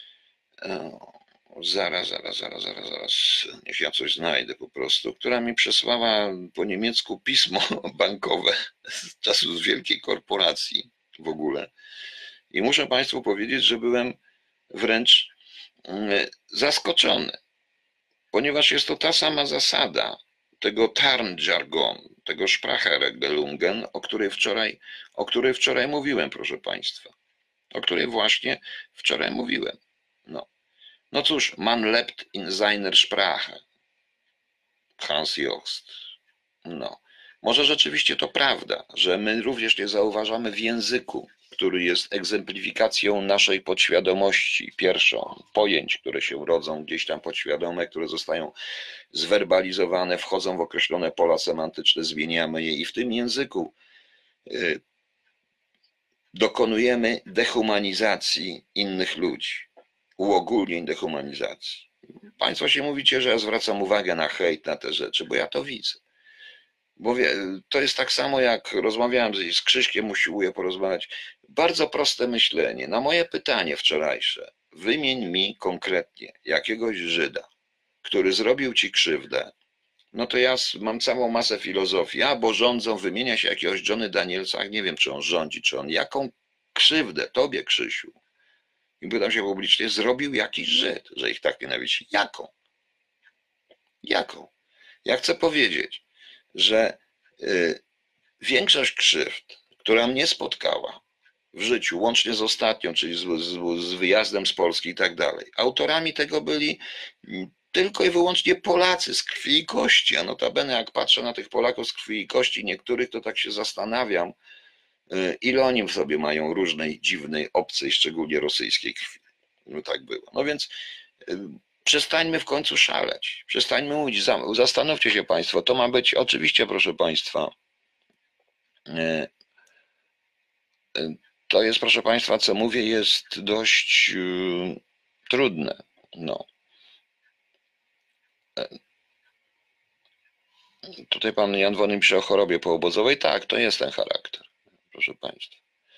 o, zaraz, zaraz, zaraz, zaraz, zaraz, niech ja coś znajdę po prostu, która mi przesłała po niemiecku pismo bankowe z czasów z wielkiej korporacji w ogóle. I muszę Państwu powiedzieć, że byłem wręcz zaskoczony, ponieważ jest to ta sama zasada tego Tarnjargon, tego Sprachregelungen, o której wczoraj, o której wczoraj mówiłem, proszę Państwa, o której właśnie wczoraj mówiłem. No, no cóż, man lebt in seiner Sprache, Hans Jost. No, może rzeczywiście to prawda, że my również nie zauważamy w języku, który jest egzemplifikacją naszej podświadomości, pierwszą, pojęć, które się rodzą gdzieś tam podświadome, które zostają zwerbalizowane, wchodzą w określone pola semantyczne, zmieniamy je i w tym języku y, dokonujemy dehumanizacji innych ludzi, uogólnień dehumanizacji. Państwo się mówicie, że ja zwracam uwagę na hejt, na te rzeczy, bo ja to widzę. Bo wie, to jest tak samo, jak rozmawiałem z, z Krzyśkiem, usiłuję porozmawiać. Bardzo proste myślenie. Na moje pytanie wczorajsze, wymień mi konkretnie jakiegoś Żyda, który zrobił ci krzywdę, no to ja mam całą masę filozofii. A, bo rządzą, wymienia się jakiegoś Johnny Danielsa, nie wiem, czy on rządzi, czy on. Jaką krzywdę tobie, Krzysiu? I pytam się publicznie, zrobił jakiś Żyd, że ich tak nienawidzi. Jaką? Jaką? Ja chcę powiedzieć, że y, większość krzywd, która mnie spotkała w życiu, łącznie z ostatnią, czyli z, z, z wyjazdem z Polski i tak dalej, autorami tego byli tylko i wyłącznie Polacy z krwi i kości, a notabene jak patrzę na tych Polaków z krwi i kości, niektórych, to tak się zastanawiam, y, ile oni w sobie mają różnej, dziwnej, obcej, szczególnie rosyjskiej krwi. No tak było. No więc y, przestańmy w końcu szaleć, przestańmy mówić, zastanówcie się Państwo, to ma być, oczywiście proszę Państwa, to jest proszę Państwa, co mówię, jest dość trudne. No. Tutaj pan Jan Wony pisze o chorobie poobozowej, tak, to jest ten charakter, proszę Państwa.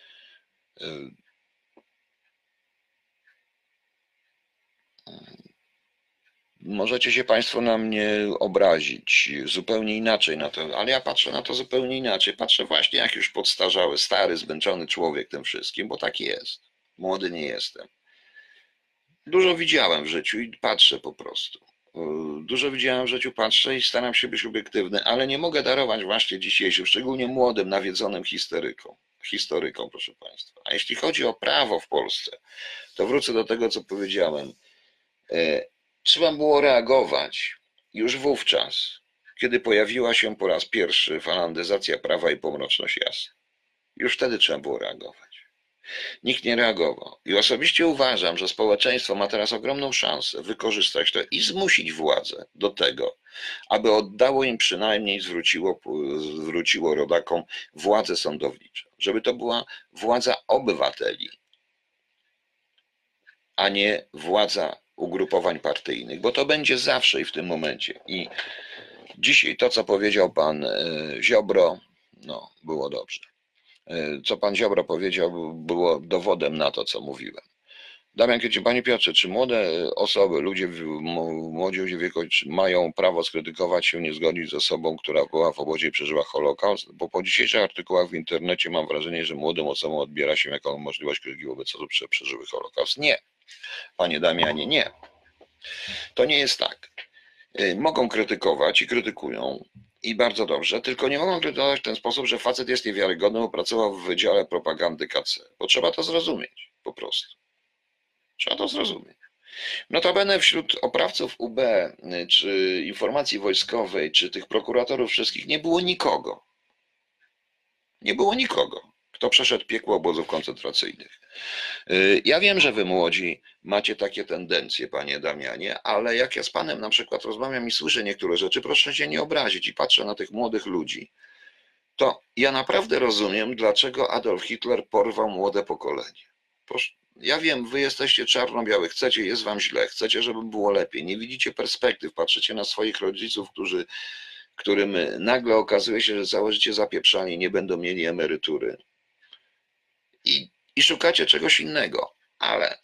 Możecie się Państwo na mnie obrazić zupełnie inaczej na to, ale ja patrzę na to zupełnie inaczej. Patrzę właśnie jak już podstarzały, stary, zmęczony człowiek tym wszystkim, bo tak jest. Młody nie jestem. Dużo widziałem w życiu i patrzę po prostu. Dużo widziałem w życiu, patrzę i staram się być obiektywny, ale nie mogę darować właśnie dzisiejszym, szczególnie młodym, nawiedzonym historykom. Historykom, proszę Państwa. A jeśli chodzi o prawo w Polsce, to wrócę do tego, co powiedziałem. Trzeba było reagować już wówczas, kiedy pojawiła się po raz pierwszy falandyzacja prawa i pomroczność jasna. Już wtedy trzeba było reagować. Nikt nie reagował. I osobiście uważam, że społeczeństwo ma teraz ogromną szansę wykorzystać to i zmusić władzę do tego, aby oddało im przynajmniej, zwróciło, zwróciło rodakom władzę sądowniczą. Żeby to była władza obywateli, a nie władza ugrupowań partyjnych, bo to będzie zawsze i w tym momencie. I dzisiaj to, co powiedział pan Ziobro, no, było dobrze. Co pan Ziobro powiedział, było dowodem na to, co mówiłem. Damian Kwiecień, panie Piotrze, czy młode osoby, ludzie, młodzi ludzie w wieku mają prawo skrytykować się, nie zgodzić z osobą, która była w obozie i przeżyła Holokaust? Bo po dzisiejszych artykułach w internecie mam wrażenie, że młodym osobom odbiera się jaką możliwość krytyki wobec osób, które przeżyły Holokaust. Nie, panie Damianie, nie. To nie jest tak. Mogą krytykować i krytykują. I bardzo dobrze, tylko nie mogą krytykować w ten sposób, że facet jest niewiarygodny, bo pracował w Wydziale Propagandy K C. Bo trzeba to zrozumieć, po prostu. Trzeba to zrozumieć. Notabene wśród oprawców U B, czy informacji wojskowej, czy tych prokuratorów wszystkich nie było nikogo. Nie było nikogo, kto przeszedł piekło obozów koncentracyjnych. Ja wiem, że wy młodzi macie takie tendencje, panie Damianie, ale jak ja z panem na przykład rozmawiam i słyszę niektóre rzeczy, proszę się nie obrazić i patrzę na tych młodych ludzi, to ja naprawdę rozumiem, dlaczego Adolf Hitler porwał młode pokolenie. Proszę, ja wiem, wy jesteście czarno-biały, chcecie, jest wam źle, chcecie, żeby było lepiej, nie widzicie perspektyw, patrzycie na swoich rodziców, którzy, którym nagle okazuje się, że całe życie zapieprzali i nie będą mieli emerytury. I I szukacie czegoś innego, ale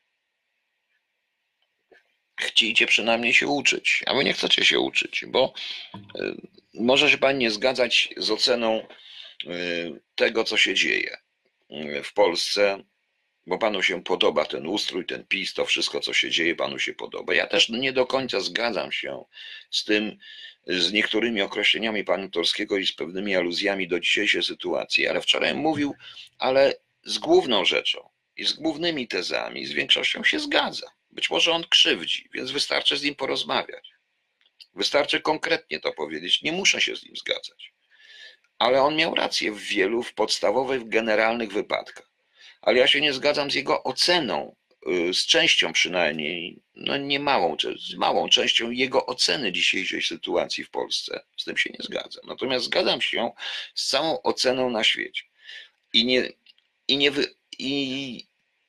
chcicie przynajmniej się uczyć, a wy nie chcecie się uczyć, bo może się pan nie zgadzać z oceną tego, co się dzieje w Polsce, bo panu się podoba ten ustrój, ten PiS, to wszystko, co się dzieje, panu się podoba. Ja też nie do końca zgadzam się z tym, z niektórymi określeniami pana Torskiego i z pewnymi aluzjami do dzisiejszej sytuacji, ale wczoraj mówił, ale z główną rzeczą i z głównymi tezami, z większością się zgadza. Być może on krzywdzi, więc wystarczy z nim porozmawiać. Wystarczy konkretnie to powiedzieć, nie muszę się z nim zgadzać. Ale on miał rację w wielu, w podstawowych, w generalnych wypadkach. Ale ja się nie zgadzam z jego oceną, z częścią przynajmniej, no nie małą, z małą częścią jego oceny dzisiejszej sytuacji w Polsce. Z tym się nie zgadzam. Natomiast zgadzam się z całą oceną na świecie. I nie, i nie, wy, i,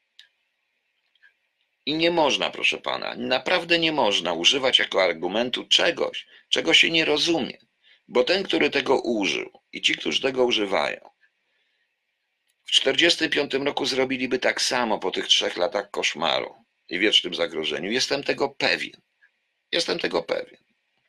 i nie można, proszę pana, naprawdę nie można używać jako argumentu czegoś, czego się nie rozumie. Bo ten, który tego użył i ci, którzy tego używają, w czterdziestym piątym roku zrobiliby tak samo po tych trzech latach koszmaru i wiecznym zagrożeniu. Jestem tego pewien. Jestem tego pewien.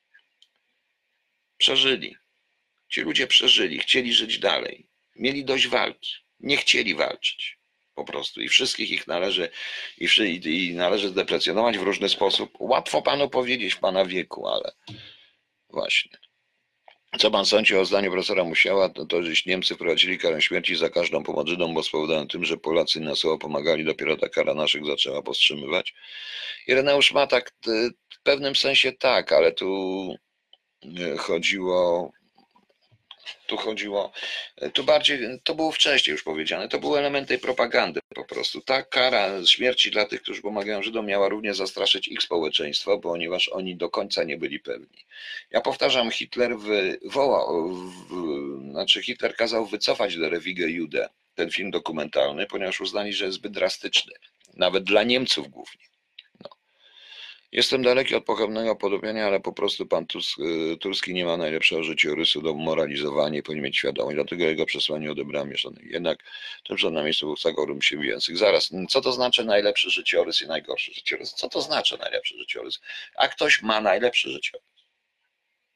Przeżyli. Ci ludzie przeżyli, chcieli żyć dalej. Mieli dość walki. Nie chcieli walczyć. Po prostu. I wszystkich ich należy, i, i należy zdeprecjonować w różny sposób. Łatwo panu powiedzieć w pana wieku, ale właśnie. Co pan sądzi o zdaniu profesora Musiała, to, to że Niemcy wprowadzili karę śmierci za każdą pomoc Żydom, bo spowodowanym tym, że Polacy na słowo pomagali, dopiero ta kara naszych zaczęła powstrzymywać. Ireneusz ma tak, w pewnym sensie tak, ale tu chodziło, tu chodziło, tu bardziej, to było wcześniej już powiedziane, to były elementy tej propagandy po prostu. Ta kara śmierci dla tych, którzy pomagają Żydom, miała również zastraszyć ich społeczeństwo, ponieważ oni do końca nie byli pewni. Ja powtarzam, Hitler wywołał, w, znaczy Hitler kazał wycofać Der Ewige Jude, ten film dokumentalny, ponieważ uznali, że jest zbyt drastyczny, nawet dla Niemców głównie. No. Jestem daleki od pochopnego podobienia, ale po prostu pan Tusk, Turski nie ma najlepszego życiorysu do moralizowania i powinien mieć świadomość, dlatego jego przesłanie odebrałem mieszanych. Jednak tym, że na miejscu zagorum się w język. Zaraz, co to znaczy najlepszy życiorys i najgorszy życiorys? Co to znaczy najlepszy życiorys? A ktoś ma najlepszy życiorys.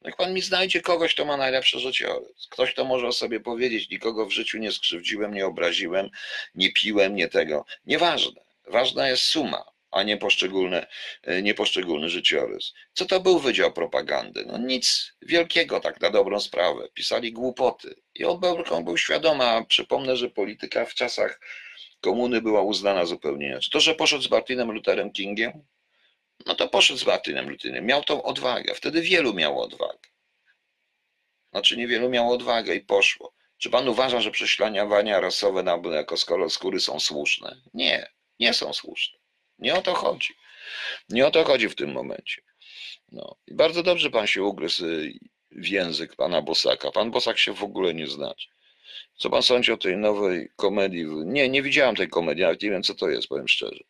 Niech pan mi znajdzie kogoś, kto ma najlepszy życiorys. Ktoś, kto może o sobie powiedzieć, nikogo w życiu nie skrzywdziłem, nie obraziłem, nie piłem, nie tego. Nieważne. Ważna jest suma, a nie poszczególne, nie poszczególny życiorys. Co to był Wydział Propagandy? No nic wielkiego, tak na dobrą sprawę. Pisali głupoty. I on był świadoma. Przypomnę, że polityka w czasach komuny była uznana zupełnie inaczej. To, że poszedł z Martinem Lutherem Kingiem, no to poszedł z Martinem Lutherem. Miał tą odwagę. Wtedy wielu miało odwagę. Znaczy niewielu miało odwagę i poszło. Czy pan uważa, że prześladowania rasowe na, jako kolor skóry są słuszne? Nie, nie są słuszne. Nie o to chodzi. Nie o to chodzi w tym momencie. No. I bardzo dobrze pan się ugryzł w język pana Bosaka. Pan Bosak się w ogóle nie zna. Co pan sądzi o tej nowej komedii? Nie, nie widziałem tej komedii, nawet nie wiem co to jest, powiem szczerze.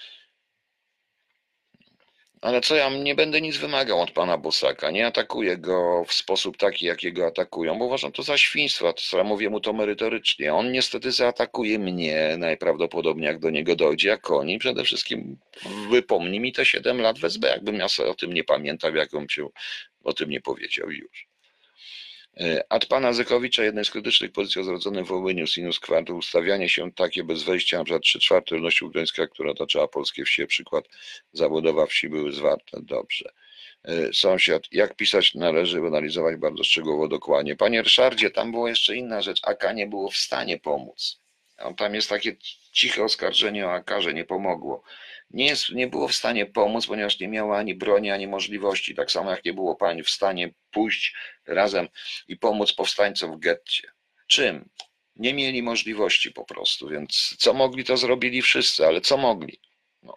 Ale co, ja nie będę nic wymagał od pana Bosaka. Nie atakuję go w sposób taki, jakiego atakują, bo uważam to za świństwo. To mówię mu to merytorycznie. On niestety zaatakuje mnie najprawdopodobniej, jak do niego dojdzie, jak oni. Przede wszystkim wypomni mi te siedem lat w S B, jakbym ja sobie o tym nie pamiętał, jakbym cię o tym nie powiedział już. Ad pana Zykowicza, jednej z krytycznych pozycji o zrodzonym Wołyniu, sinus kwartu, ustawianie się takie bez wejścia, na przykład trzy czwarte ludności ukraińskiej, która otaczała polskie wsie, przykład zabudowa wsi były zwarte. Dobrze. Sąsiad, jak pisać należy analizować bardzo szczegółowo, dokładnie. Panie Ryszardzie, tam była jeszcze inna rzecz. A K nie było w stanie pomóc. Tam jest takie ciche oskarżenie o A K, że nie pomogło. Nie, jest, nie było w stanie pomóc, ponieważ nie miała ani broni, ani możliwości. Tak samo jak nie było pani w stanie pójść razem i pomóc powstańcom w getcie. Czym? Nie mieli możliwości po prostu, więc co mogli, to zrobili wszyscy, ale co mogli? No.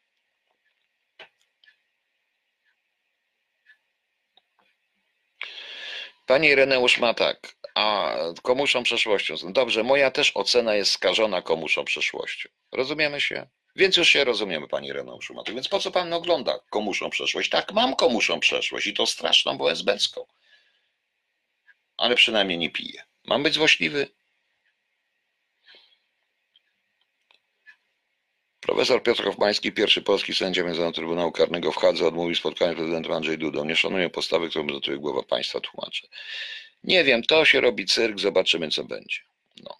Pani Ireneusz ma tak, a komuszą przeszłością. Dobrze, moja też ocena jest skażona komuszą przeszłością. Rozumiemy się? Więc już się rozumiemy, pani Ireneuszu Matek. Więc po co pan ogląda komuszą przeszłość? Tak, mam komuszą przeszłość i to straszną, bo esbecką. Ale przynajmniej nie piję. Mam być złośliwy? Profesor Piotr Hofmański, pierwszy polski sędzia Międzynarodowego Trybunału Karnego w Hadze, odmówił spotkanie z prezydentem Andrzej Dudą. Nie szanuję postawy, którą prezentuje głowa państwa, tłumaczę. Nie wiem, to się robi cyrk, zobaczymy co będzie. No.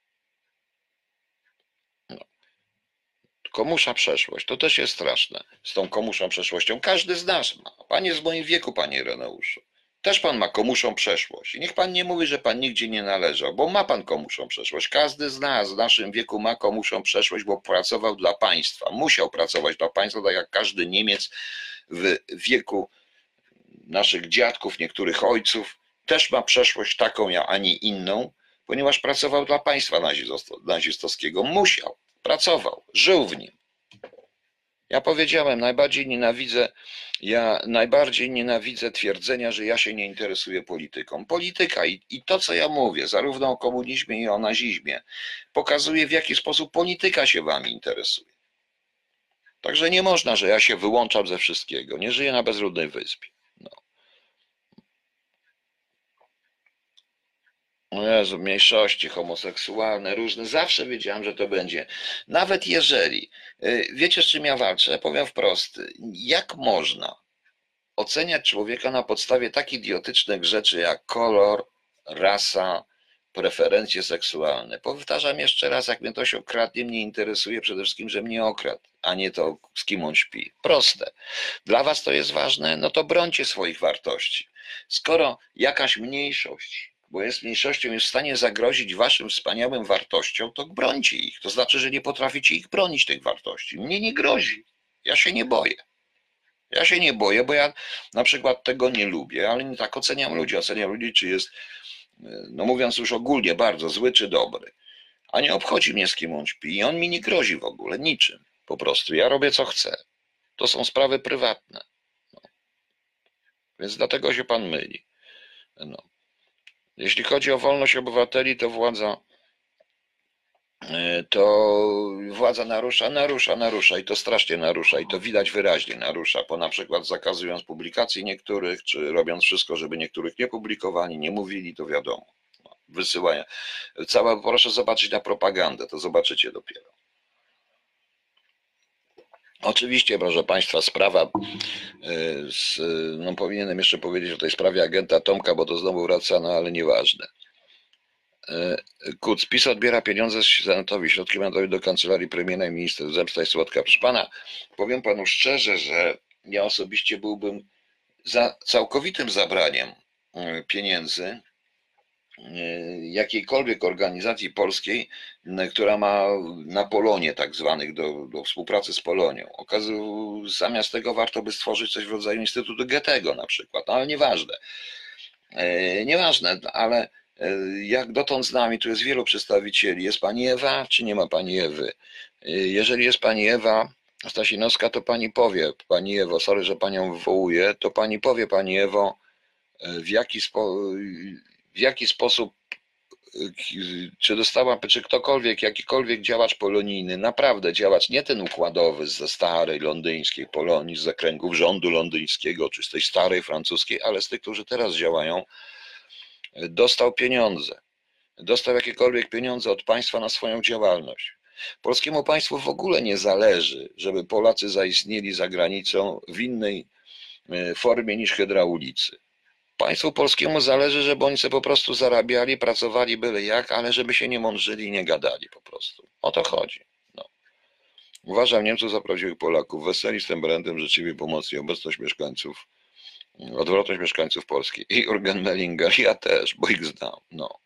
No. Komusza przeszłość, to też jest straszne. Z tą komuszą przeszłością każdy z nas ma. Pan jest w moim wieku, panie Ireneuszu. Też pan ma komuszą przeszłość. I niech pan nie mówi, że pan nigdzie nie należał, bo ma pan komuszą przeszłość. Każdy z nas w naszym wieku ma komuszą przeszłość, bo pracował dla państwa. Musiał pracować dla państwa, tak jak każdy Niemiec w wieku naszych dziadków, niektórych ojców. Też ma przeszłość taką, a nie inną, ponieważ pracował dla państwa nazistowskiego. Musiał, pracował, żył w nim. Ja powiedziałem, najbardziej nienawidzę, ja najbardziej nienawidzę twierdzenia, że ja się nie interesuję polityką. Polityka i, i to, co ja mówię, zarówno o komunizmie i o nazizmie, pokazuje, w jaki sposób polityka się wami interesuje. Także nie można, że ja się wyłączam ze wszystkiego. Nie żyję na bezludnej wyspie. No. O Jezu, mniejszości homoseksualne, różne. Zawsze wiedziałem, że to będzie. Nawet jeżeli, wiecie z czym ja walczę? Powiem wprost, jak można oceniać człowieka na podstawie tak idiotycznych rzeczy jak kolor, rasa, preferencje seksualne. Powtarzam jeszcze raz, jak mnie ktoś okradnie, mnie interesuje przede wszystkim, że mnie okradł, a nie to, z kim on śpi. Proste. Dla was to jest ważne? No to brońcie swoich wartości. Skoro jakaś mniejszość, bo jest mniejszością, jest w stanie zagrozić waszym wspaniałym wartościom, to brońcie ich. To znaczy, że nie potraficie ich bronić, tych wartości. Mnie nie grozi. Ja się nie boję. Ja się nie boję, bo ja na przykład tego nie lubię, ale nie tak oceniam ludzi. Oceniam ludzi, czy jest, no mówiąc już ogólnie, bardzo zły czy dobry. A nie obchodzi mnie, z kim on śpi i on mi nie grozi w ogóle niczym. Po prostu ja robię co chcę. To są sprawy prywatne. No. Więc dlatego się pan myli. No. Jeśli chodzi o wolność obywateli, to władza to władza narusza, narusza, narusza i to strasznie narusza i to widać wyraźnie narusza, bo na przykład zakazując publikacji niektórych, czy robiąc wszystko, żeby niektórych nie publikowali, nie mówili, to wiadomo. Wysyłają. Cała, proszę zobaczyć na propagandę, to zobaczycie dopiero. Oczywiście, proszę Państwa, sprawa, y, z, no powinienem jeszcze powiedzieć o tej sprawie agenta Tomka, bo to znowu wraca, no ale nieważne. Kuc, PiS odbiera pieniądze Senatowi, środki mandaty do kancelarii premiera i minister. Zemsta jest słodka. Proszę pana, powiem panu szczerze, że ja osobiście byłbym za całkowitym zabraniem y, pieniędzy y, jakiejkolwiek organizacji polskiej, y, która ma na Polonie tak zwanych do, do współpracy z Polonią. Okazu, zamiast tego warto by stworzyć coś w rodzaju Instytutu Goethego na przykład, no, ale nieważne. E, Nieważne, ale e, jak dotąd z nami, tu jest wielu przedstawicieli. Jest pani Ewa, czy nie ma pani Ewy? E, Jeżeli jest pani Ewa Stasinowska, to pani powie, pani Ewo, sorry, że panią wywołuję, to pani powie, pani Ewo, e, w jaki, spo, w jaki sposób, e, czy dostała, czy ktokolwiek, jakikolwiek działacz polonijny, naprawdę działacz, nie ten układowy ze starej londyńskiej Polonii, z zakręgów rządu londyńskiego, czy z tej starej francuskiej, ale z tych, którzy teraz działają, dostał pieniądze, dostał jakiekolwiek pieniądze od państwa na swoją działalność. Polskiemu państwu w ogóle nie zależy, żeby Polacy zaistnieli za granicą w innej formie niż hydraulicy. Państwu polskiemu zależy, żeby oni sobie po prostu zarabiali, pracowali byle jak, ale żeby się nie mądrzyli i nie gadali po prostu. O to chodzi. No. Uważam Niemców za prawdziwych Polaków. Weseli z tym brandem życzliwej pomocy i obecność mieszkańców, odwrotność mieszkańców Polski. I Jürgen Mellinger, ja też, bo ich znam. No.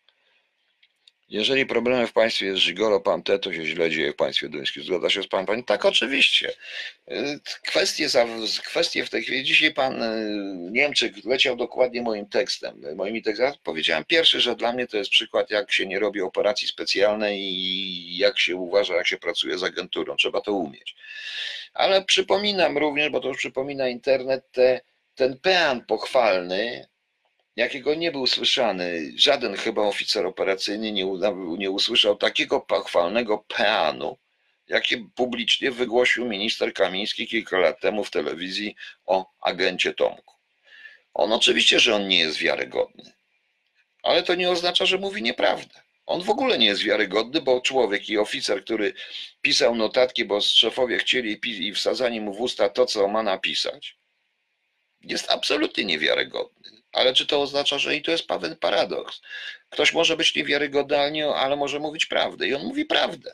Jeżeli problemem w państwie jest Żigolo Pamte, to się źle dzieje w państwie duńskim. Zgadza się z panem? Pani? Tak, oczywiście. Kwestie, za, kwestie w tej chwili. Dzisiaj pan Niemczyk leciał dokładnie moim tekstem. Moimi tekstami powiedziałem pierwszy, że dla mnie to jest przykład, jak się nie robi operacji specjalnej i jak się uważa, jak się pracuje z agenturą. Trzeba to umieć. Ale przypominam również, bo to już przypomina internet, te, ten pean pochwalny, jakiego nie był słyszany, żaden chyba oficer operacyjny nie, nie usłyszał takiego pochwalnego peanu, jaki publicznie wygłosił minister Kamiński kilka lat temu w telewizji o agencie Tomku. On oczywiście, że on nie jest wiarygodny, ale to nie oznacza, że mówi nieprawdę. On w ogóle nie jest wiarygodny, bo człowiek i oficer, który pisał notatki, bo szefowie chcieli i wsadzali mu w usta to, co ma napisać, jest absolutnie niewiarygodny. Ale czy to oznacza, że i to jest pewien paradoks? Ktoś może być niewiarygodny, ale może mówić prawdę. I on mówi prawdę.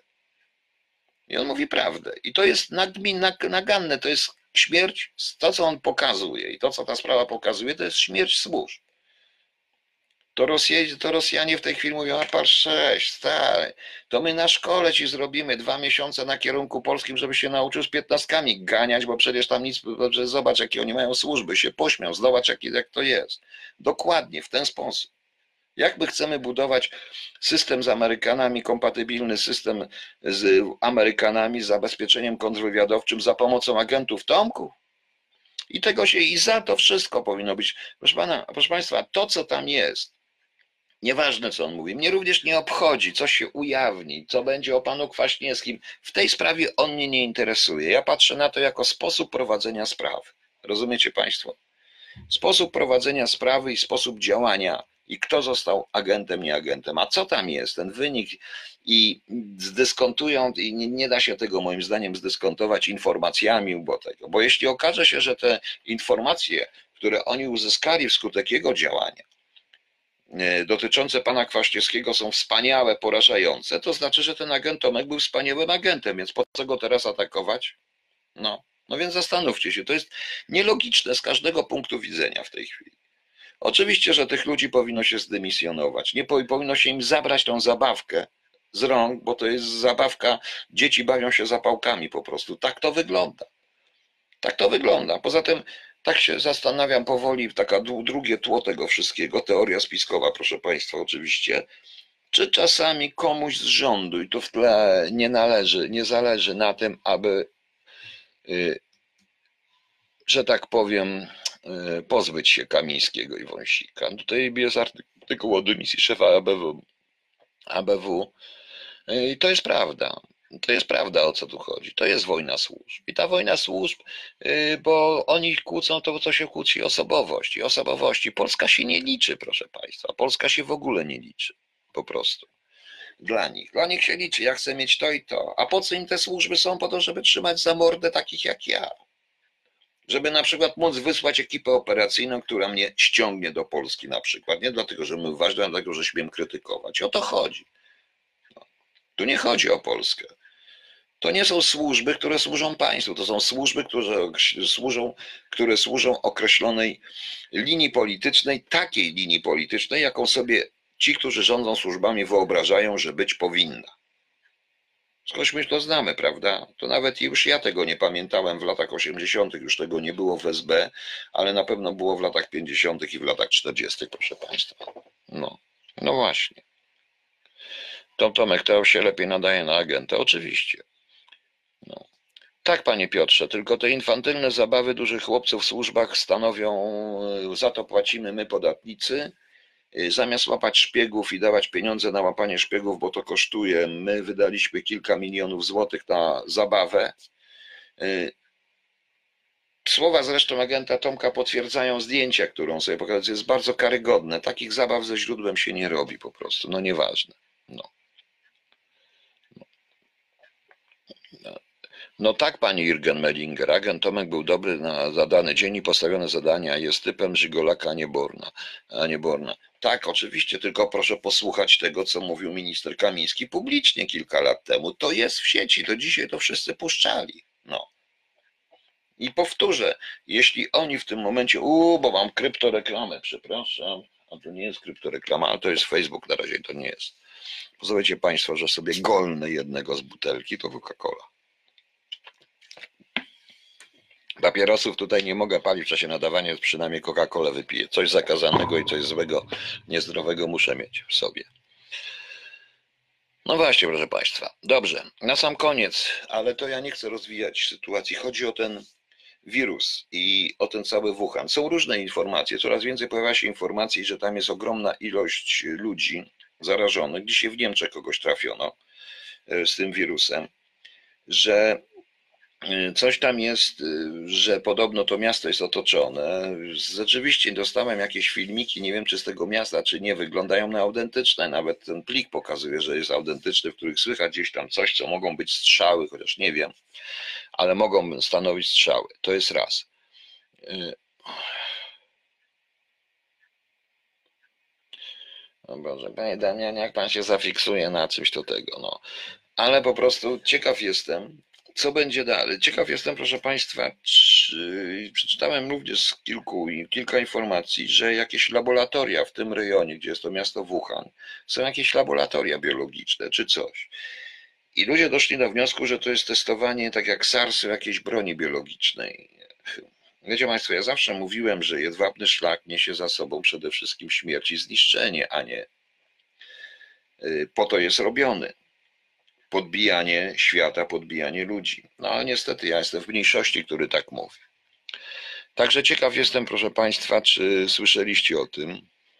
I on mówi prawdę. I to jest naganne, to jest śmierć, to co on pokazuje i to co ta sprawa pokazuje, to jest śmierć służb. To, Rosjanie, to Rosjanie w tej chwili mówią, a par sześć, stary, to my na szkole ci zrobimy dwa miesiące na kierunku polskim, żeby się nauczył z piętnastkami ganiać, bo przecież tam nic, że zobacz jakie oni mają służby, się pośmiał, zobacz jak, jak to jest. Dokładnie w ten sposób. Jak my chcemy budować system z Amerykanami, kompatybilny system z Amerykanami, z zabezpieczeniem kontrwywiadowczym za pomocą agentów Tomków? I tego się i za to wszystko powinno być. Proszę pana, proszę państwa, to co tam jest, nieważne co on mówi, mnie również nie obchodzi, co się ujawni, co będzie o panu Kwaśniewskim. W tej sprawie on mnie nie interesuje. Ja patrzę na to jako sposób prowadzenia sprawy. Rozumiecie państwo? Sposób prowadzenia sprawy i sposób działania i kto został agentem, nie agentem. A co tam jest, ten wynik i zdyskontują, i nie, nie da się tego moim zdaniem zdyskontować informacjami, bo tego, bo jeśli okaże się, że te informacje, które oni uzyskali wskutek jego działania, dotyczące pana Kwaśniewskiego są wspaniałe, porażające, to znaczy, że ten agent Tomek był wspaniałym agentem, więc po co go teraz atakować? No, no więc zastanówcie się, to jest nielogiczne z każdego punktu widzenia w tej chwili. Oczywiście, że tych ludzi powinno się zdymisjonować, nie powinno się im zabrać tą zabawkę z rąk, bo to jest zabawka, dzieci bawią się zapałkami po prostu, tak to wygląda. Tak to wygląda. Poza tym tak się zastanawiam powoli, taka drugie tło tego wszystkiego, teoria spiskowa, proszę państwa, oczywiście, czy czasami komuś z rządu, i to w tle nie należy, nie zależy na tym, aby, że tak powiem, pozbyć się Kamińskiego i Wąsika. Tutaj jest artykuł o dymisji szefa A B W. A B W. I to jest prawda. To jest prawda, o co tu chodzi. To jest wojna służb. I ta wojna służb, bo oni kłócą to, co się kłóci, osobowość i osobowości. Polska się nie liczy, proszę państwa. Polska się w ogóle nie liczy. Po prostu. dla nich. Dla nich się liczy, ja chcę mieć to i to. A po co im te służby są? Po to, żeby trzymać za mordę takich jak ja. Żeby na przykład móc wysłać ekipę operacyjną, która mnie ściągnie do Polski na przykład. Nie dlatego, że my ważni, ale dlatego, że śmiem krytykować. O to chodzi. No. Tu nie chodzi o Polskę. To nie są służby, które służą państwu. To są służby, które służą, które służą określonej linii politycznej, takiej linii politycznej, jaką sobie ci, którzy rządzą służbami, wyobrażają, że być powinna. Skądś my to znamy, prawda? To nawet już ja tego nie pamiętałem w latach osiemdziesiątych, już tego nie było w S B, ale na pewno było w latach pięćdziesiątych i w latach czterdziestych, proszę Państwa. No, no właśnie. Tom Tomek, to się lepiej nadaje na agenta, oczywiście. No. Tak, panie Piotrze, tylko te infantylne zabawy dużych chłopców w służbach stanowią, za to płacimy my podatnicy. Zamiast łapać szpiegów i dawać pieniądze na łapanie szpiegów, bo to kosztuje, my wydaliśmy kilka milionów złotych na zabawę. Słowa zresztą agenta Tomka potwierdzają zdjęcia, którą sobie pokazuje. Jest bardzo karygodne. Takich zabaw ze źródłem się nie robi po prostu. No nieważne. No. No. No tak, pani Jürgen Mellinger. Agent Tomek był dobry na zadany dzień i postawione zadania. Jest typem żigolaka, a nie Borna. A nie Borna. Tak, oczywiście, tylko proszę posłuchać tego, co mówił minister Kamiński publicznie kilka lat temu. To jest w sieci, to dzisiaj to wszyscy puszczali. No. I powtórzę, jeśli oni w tym momencie, uuu, bo mam kryptoreklamę, przepraszam, a to nie jest kryptoreklama, ale to jest Facebook, na razie to nie jest. Pozwólcie Państwo, że sobie golnę jednego z butelki, to Coca-Cola. Papierosów tutaj nie mogę palić w czasie nadawania, przynajmniej Coca-Colę wypiję. Coś zakazanego i coś złego, niezdrowego muszę mieć w sobie. No właśnie, proszę Państwa. Dobrze, na sam koniec, ale to ja nie chcę rozwijać sytuacji. Chodzi o ten wirus i o ten cały Wuhan. Są różne informacje, coraz więcej pojawia się informacji, że tam jest ogromna ilość ludzi zarażonych. Dzisiaj w Niemczech kogoś trafiono z tym wirusem, że coś tam jest, że podobno to miasto jest otoczone. Rzeczywiście dostałem jakieś filmiki, nie wiem czy z tego miasta, czy nie, wyglądają na autentyczne. Nawet ten plik pokazuje, że jest autentyczny, w których słychać gdzieś tam coś, co mogą być strzały, chociaż nie wiem, ale mogą stanowić strzały. To jest raz. O Boże, panie Damianie, jak pan się zafiksuje na czymś do tego, no. Ale po prostu ciekaw jestem, co będzie dalej. Ciekaw jestem, proszę Państwa, czy, przeczytałem również kilku, kilka informacji, że jakieś laboratoria w tym rejonie, gdzie jest to miasto Wuhan, są jakieś laboratoria biologiczne czy coś. I ludzie doszli do wniosku, że to jest testowanie, tak jak SARS, jakiejś broni biologicznej. Wiecie Państwo, ja zawsze mówiłem, że jedwabny szlak niesie za sobą przede wszystkim śmierć i zniszczenie, a nie po to jest robiony. Podbijanie świata, podbijanie ludzi. No ale niestety ja jestem w mniejszości, który tak mówi. Także ciekaw jestem, proszę Państwa, czy słyszeliście o tym,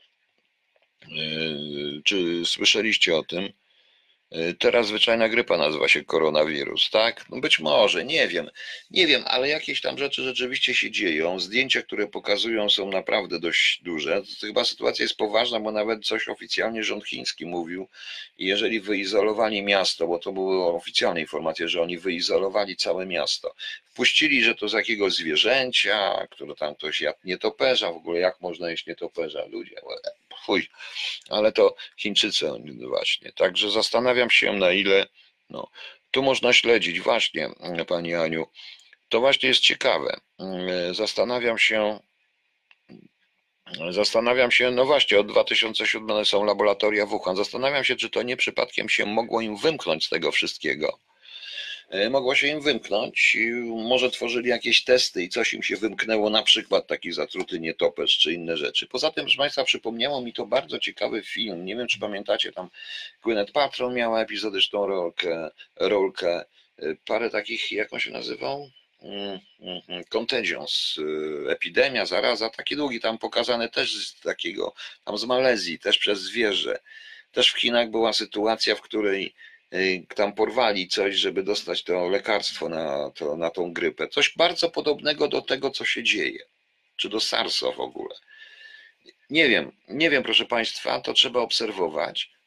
czy słyszeliście o tym, teraz zwyczajna grypa nazywa się koronawirus, tak? No być może, nie wiem, nie wiem, ale jakieś tam rzeczy rzeczywiście się dzieją. Zdjęcia, które pokazują, są naprawdę dość duże. To chyba sytuacja jest poważna, bo nawet coś oficjalnie rząd chiński mówił. I jeżeli wyizolowali miasto, bo to były oficjalne informacje, że oni wyizolowali całe miasto, wpuścili, że to z jakiegoś zwierzęcia, które tam ktoś jadł nietoperza, w ogóle jak można jeść nietoperza, ludzie, fuj. Ale to Chińczycy właśnie. Także zastanawiam się, na ile, no, tu można śledzić właśnie, pani Aniu, to właśnie jest ciekawe. Zastanawiam się, zastanawiam się, no właśnie, od dwa tysiące siódmego są laboratoria Wuhan. Zastanawiam się, czy to nie przypadkiem się mogło im wymknąć z tego wszystkiego. Mogło się im wymknąć, może tworzyli jakieś testy i coś im się wymknęło, na przykład taki zatruty nietoperz czy inne rzeczy. Poza tym, proszę Państwa, przypomniało mi to bardzo ciekawy film, nie wiem czy pamiętacie, tam Gwyneth Paltrow miała epizodyczną rolkę, rolkę, parę takich, jak on się nazywał? Contagions, epidemia, zaraza, taki długi, tam pokazane też z takiego, tam z Malezji, też przez zwierzę. Też w Chinach była sytuacja, w której tam porwali coś, żeby dostać to lekarstwo na, to, na tą grypę. Coś bardzo podobnego do tego, co się dzieje. Czy do SARS-a w ogóle. Nie wiem, nie wiem, proszę Państwa, to trzeba obserwować.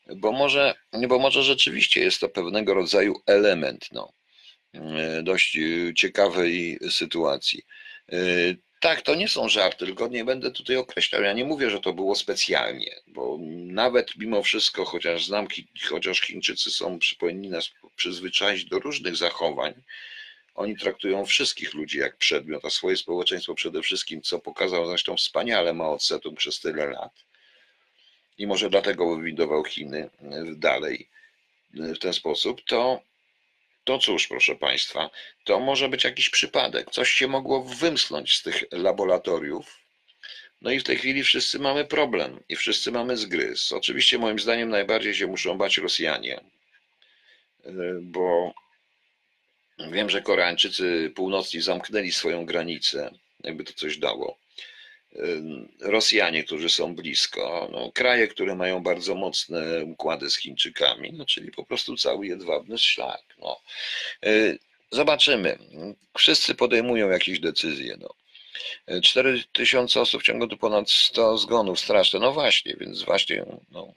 bo może, bo może rzeczywiście jest to pewnego rodzaju element, no, dość ciekawej sytuacji. Tak, to nie są żarty, tylko nie będę tutaj określał. Ja nie mówię, że to było specjalnie, bo nawet mimo wszystko, chociaż znam, chociaż Chińczycy są, powinni nas przyzwyczaić do różnych zachowań, oni traktują wszystkich ludzi jak przedmiot, a swoje społeczeństwo przede wszystkim, co pokazał zresztą wspaniale Mao Tse-tung przez tyle lat. I może dlatego wywindował Chiny dalej w ten sposób, to to cóż, proszę Państwa, to może być jakiś przypadek. Coś się mogło wymknąć z tych laboratoriów. No i w tej chwili wszyscy mamy problem i wszyscy mamy zgryz. Oczywiście moim zdaniem najbardziej się muszą bać Rosjanie, bo wiem, że Koreańczycy północni zamknęli swoją granicę, jakby to coś dało. Rosjanie, którzy są blisko, no, kraje, które mają bardzo mocne układy z Chińczykami, no, czyli po prostu cały jedwabny szlak. No. Zobaczymy. Wszyscy podejmują jakieś decyzje. No. cztery tysiące osób w ciągu to ponad sto zgonów, straszne. No właśnie, więc właśnie, no.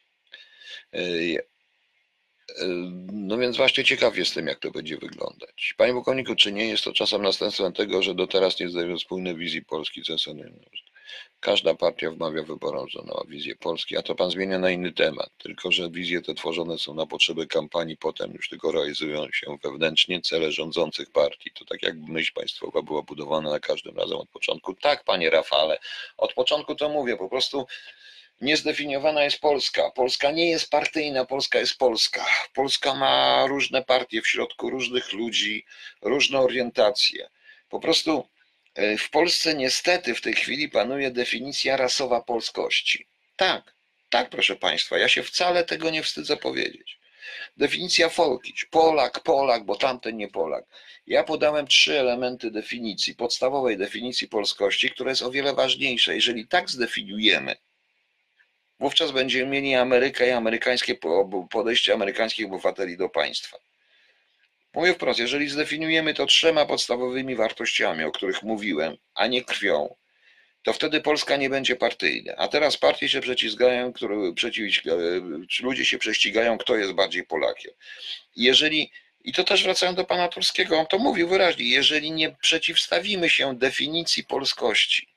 No więc właśnie ciekaw jestem, jak to będzie wyglądać. Panie pułkowniku, czy nie jest to czasem następstwem tego, że do teraz nie zdają spójnej wizji Polski, co są każda partia wmawia wyborom, że ona ma wizję Polski, a to pan zmienia na inny temat. Tylko że wizje te tworzone są na potrzeby kampanii, potem już tylko realizują się wewnętrznie cele rządzących partii. To tak jakby myśl państwowa była budowana na każdym razem od początku. Tak, panie Rafale, od początku to mówię, po prostu niezdefiniowana jest Polska. Polska nie jest partyjna, Polska jest Polska. Polska ma różne partie w środku, różnych ludzi, różne orientacje. Po prostu w Polsce niestety w tej chwili panuje definicja rasowa polskości. Tak, tak proszę Państwa, ja się wcale tego nie wstydzę powiedzieć. Definicja Folkić, Polak, Polak, bo tamten nie Polak. Ja podałem trzy elementy definicji, podstawowej definicji polskości, która jest o wiele ważniejsza. Jeżeli tak zdefiniujemy, wówczas będziemy mieli Amerykę i amerykańskie podejście amerykańskich obywateli do państwa. Mówię wprost, jeżeli zdefiniujemy to trzema podstawowymi wartościami, o których mówiłem, a nie krwią, to wtedy Polska nie będzie partyjna. A teraz partie się prześcigają, które, przeciw, ludzie się prześcigają, kto jest bardziej Polakiem. Jeżeli, i to też wracając do pana Turskiego, on to mówił wyraźnie, jeżeli nie przeciwstawimy się definicji polskości,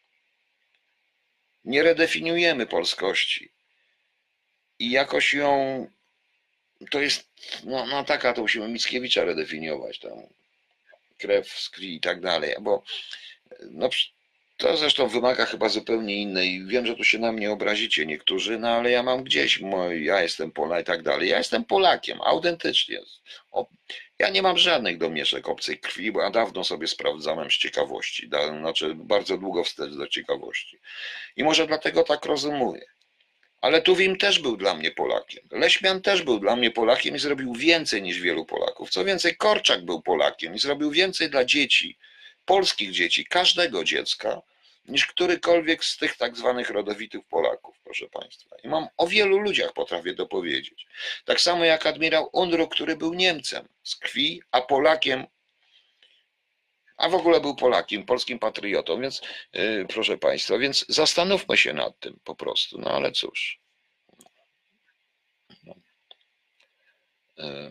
nie redefiniujemy polskości i jakoś ją, to jest, no, no taka, to musimy Mickiewicza redefiniować, tam krew z krwi i tak dalej, bo no, to zresztą wymaga chyba zupełnie innej, wiem, że tu się na mnie obrazicie niektórzy, no ale ja mam gdzieś, ja jestem Polak i tak dalej, ja jestem Polakiem, autentycznie, o, ja nie mam żadnych domieszek obcej krwi, bo ja dawno sobie sprawdzałem z ciekawości, da, znaczy bardzo długo wstecz do ciekawości i może dlatego tak rozumuję. Ale Tuwim też był dla mnie Polakiem. Leśmian też był dla mnie Polakiem i zrobił więcej niż wielu Polaków. Co więcej, Korczak był Polakiem i zrobił więcej dla dzieci, polskich dzieci, każdego dziecka, niż którykolwiek z tych tak zwanych rodowitych Polaków, proszę Państwa. I mam o wielu ludziach potrafię to powiedzieć. Tak samo jak admirał Unruh, który był Niemcem z krwi, a Polakiem, a w ogóle był Polakiem, polskim patriotą, więc yy, proszę Państwa, więc zastanówmy się nad tym po prostu, no ale cóż. No. Yy.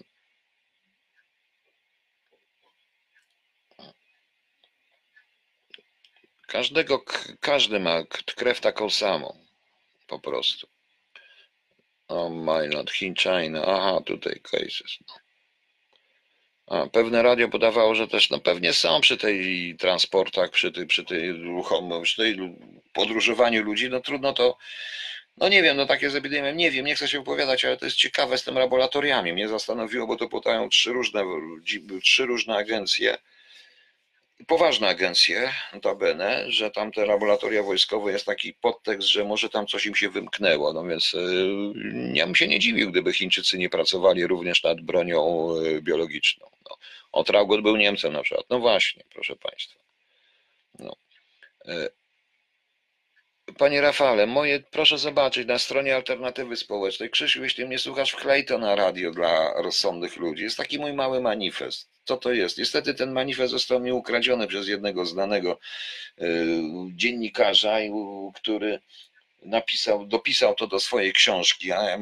Każdego, każdy ma krew taką samą, po prostu. O my lord, Chińczajna, aha, tutaj cases, no. A, pewne radio podawało, że też no pewnie są przy tej transportach, przy tej, przy tej ruchomym, przy tej podróżowaniu ludzi, no trudno to, no nie wiem, no takie z epidemią, nie wiem, nie chcę się wypowiadać, ale to jest ciekawe z tym laboratoriami. Mnie zastanowiło, bo to podają trzy różne, trzy różne agencje, poważne agencje, notabene, że tam te laboratoria wojskowe jest taki podtekst, że może tam coś im się wymknęło, no więc yy, ja bym się nie dziwił, gdyby Chińczycy nie pracowali również nad bronią yy, biologiczną. No. O, Traugott był Niemcem na przykład, no właśnie, proszę Państwa. No. Yy. Panie Rafale, moje, proszę zobaczyć na stronie Alternatywy Społecznej, Krzysiu, jeśli mnie słuchasz, wklej to na radio dla rozsądnych ludzi, jest taki mój mały manifest. Co to jest? Niestety ten manifest został mi ukradziony przez jednego znanego y, dziennikarza, który napisał, dopisał to do swojej książki, a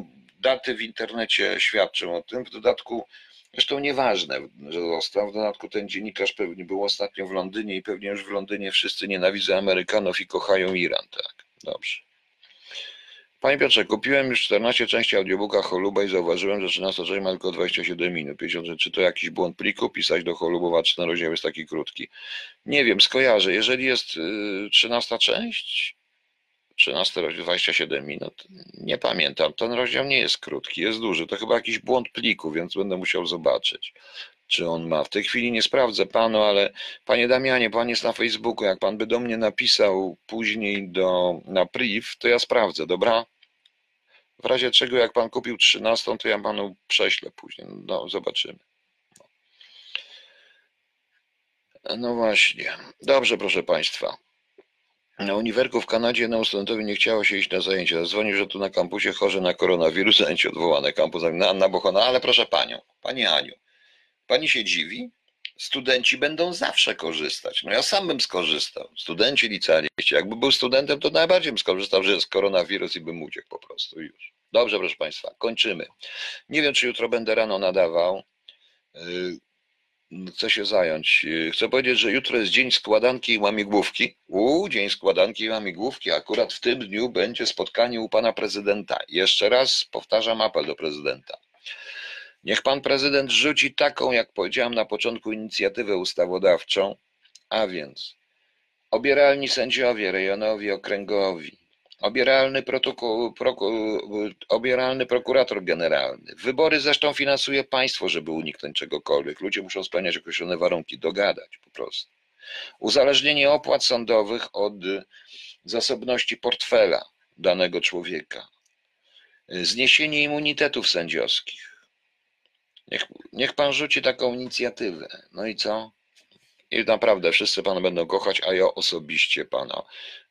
daty w internecie świadczą o tym. W dodatku, zresztą nieważne, że został. W dodatku ten dziennikarz pewnie był ostatnio w Londynie i pewnie już w Londynie wszyscy nienawidzą Amerykanów i kochają Iran. Tak, dobrze. Panie Piotrze, kupiłem już czternaście części audiobooka Holuba i zauważyłem, że trzynasta część ma tylko dwadzieścia siedem minut. pięćdziesiąt, że czy to jakiś błąd pliku? Pisać do Holubowa, czy ten rozdział jest taki krótki? Nie wiem, skojarzę. Jeżeli jest yy, trzynasta część, trzynasty rozdział, dwadzieścia siedem minut, nie pamiętam. Ten rozdział nie jest krótki, jest duży. To chyba jakiś błąd pliku, więc będę musiał zobaczyć, czy on ma. W tej chwili nie sprawdzę panu, ale panie Damianie, pan jest na Facebooku. Jak pan by do mnie napisał później do, na priv, to ja sprawdzę, dobra? W razie czego, jak pan kupił trzynastą, to ja panu prześlę później. No, zobaczymy. No właśnie. Dobrze, proszę państwa. Na uniwerku w Kanadzie jednemu studentowi nie chciało się iść na zajęcia. Zadzwonił, że tu na kampusie chorzy na koronawirus, zajęcie odwołane. Kampus Anna Bochona. Ale proszę panią, pani Aniu, pani się dziwi? Studenci będą zawsze korzystać. No ja sam bym skorzystał. Studenci, licealiści. Jakby był studentem, to najbardziej bym skorzystał, że jest koronawirus i bym uciekł po prostu już. Dobrze, proszę państwa, kończymy. Nie wiem, czy jutro będę rano nadawał. Chcę się zająć. Chcę powiedzieć, że jutro jest dzień składanki i łamigłówki. Uuu, dzień składanki i łamigłówki. Akurat w tym dniu będzie spotkanie u pana prezydenta. Jeszcze raz powtarzam apel do prezydenta. Niech pan prezydent rzuci taką, jak powiedziałem na początku, inicjatywę ustawodawczą, a więc obieralni sędziowie rejonowi, okręgowi, obieralny, protokół, proku, obieralny prokurator generalny. Wybory zresztą finansuje państwo, żeby uniknąć czegokolwiek. Ludzie muszą spełniać określone warunki, dogadać po prostu. Uzależnienie opłat sądowych od zasobności portfela danego człowieka. Zniesienie immunitetów sędziowskich. Niech, niech pan rzuci taką inicjatywę. No i co? I naprawdę wszyscy pana będą kochać, a ja osobiście pana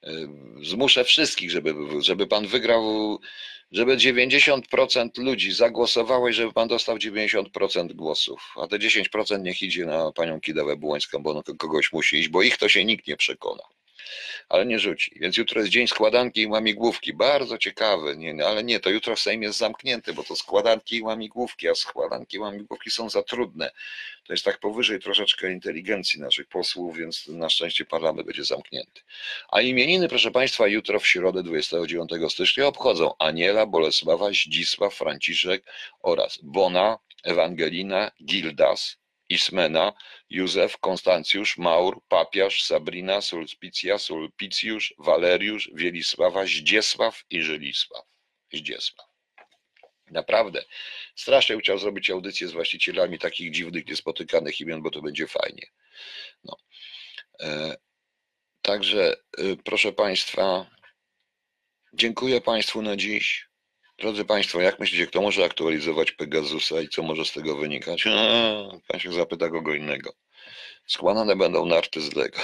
zmuszę wszystkich, żeby, żeby pan wygrał, żeby dziewięćdziesiąt procent ludzi zagłosowało i żeby pan dostał dziewięćdziesiąt procent głosów. A te dziesięć procent niech idzie na panią Kidawę-Błońską, bo no, kogoś musi iść, bo ich to się nikt nie przekona. Ale nie rzuci. Więc jutro jest dzień składanki i łamigłówki. Bardzo ciekawy, nie, ale nie, to jutro Sejm jest zamknięty, bo to składanki i łamigłówki, a składanki i łamigłówki są za trudne. To jest tak powyżej troszeczkę inteligencji naszych posłów, więc na szczęście parlament będzie zamknięty. A imieniny, proszę państwa, jutro w środę dwudziestego dziewiątego stycznia obchodzą Aniela, Bolesława, Zdzisław, Franciszek oraz Bona, Ewangelina, Gildas, Ismena, Józef, Konstancjusz, Maur, Papiarz, Sabrina, Sulpicja, Sulpicjusz, Waleriusz, Wielisława, Zdziesław i Żylisław. Zdziesław. Naprawdę, strasznie chciał zrobić audycję z właścicielami takich dziwnych, niespotykanych imion, bo to będzie fajnie. No. E, także, e, proszę państwa, dziękuję państwu na dziś. Drodzy państwo, jak myślicie, kto może aktualizować Pegasusa i co może z tego wynikać? A, pan się zapyta kogo innego. Składane będą narty z Lego.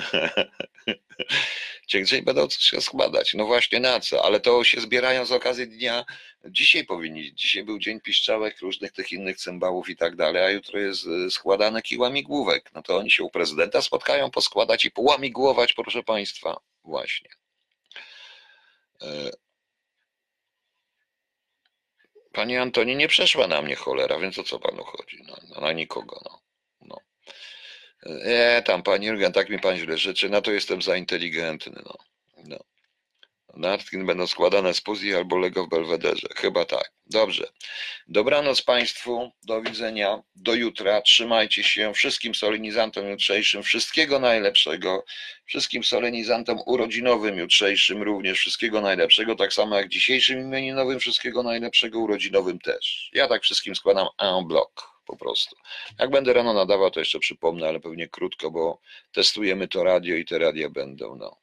Czyli będą coś się składać. No właśnie na co? Ale to się zbierają z okazji dnia. Dzisiaj powinni, dzisiaj był dzień piszczałek, różnych tych innych cymbałów i tak dalej, a jutro jest składanek i łamigłówek. No to oni się u prezydenta spotkają, poskładać i połamigłować, proszę państwa. Właśnie. Pani Antoni nie przeszła na mnie cholera, więc o co panu chodzi? No, no, na nikogo, no. no. E, tam pani Jurgen, tak mi pan źle życzy, na to jestem za inteligentny, no. no. Nartkin będą składane z Puzji albo Lego w Belwederze, chyba tak. Dobrze. Dobranoc państwu, do widzenia, do jutra, trzymajcie się, wszystkim solenizantom jutrzejszym wszystkiego najlepszego, wszystkim solenizantom urodzinowym jutrzejszym również wszystkiego najlepszego, tak samo jak dzisiejszym imieninowym wszystkiego najlepszego, urodzinowym też. Ja tak wszystkim składam en bloc po prostu. Jak będę rano nadawał, to jeszcze przypomnę, ale pewnie krótko, bo testujemy to radio i te radia będą, no.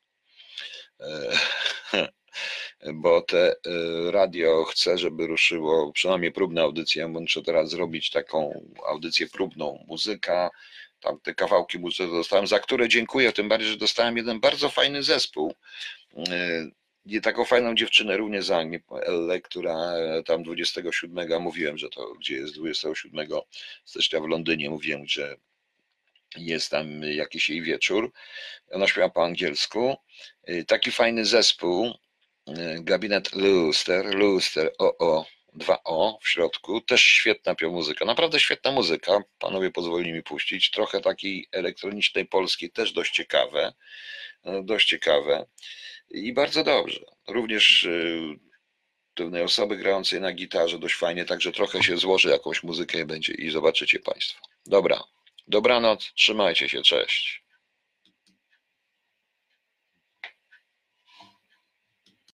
Bo te radio chcę, żeby ruszyło, przynajmniej próbna audycja, muszę teraz zrobić taką audycję próbną, muzyka, tam te kawałki muzyki dostałem, za które dziękuję, tym bardziej, że dostałem jeden bardzo fajny zespół, i taką fajną dziewczynę również z Anglii, Elle, która tam dwudziestego siódmego, mówiłem, że to gdzie jest dwudziestego siódmego stycznia w Londynie, mówiłem, że jest tam jakiś jej wieczór, ona śpiewa po angielsku, taki fajny zespół, gabinet Luster, Luster, o o, dwa O w środku, też świetna muzyka, naprawdę świetna muzyka, panowie pozwolili mi puścić, trochę takiej elektronicznej polskiej, też dość ciekawe, dość ciekawe i bardzo dobrze. Również pewnej osoby grającej na gitarze dość fajnie, także trochę się złoży jakąś muzykę i będzie i zobaczycie państwo. Dobra, dobranoc, trzymajcie się, cześć.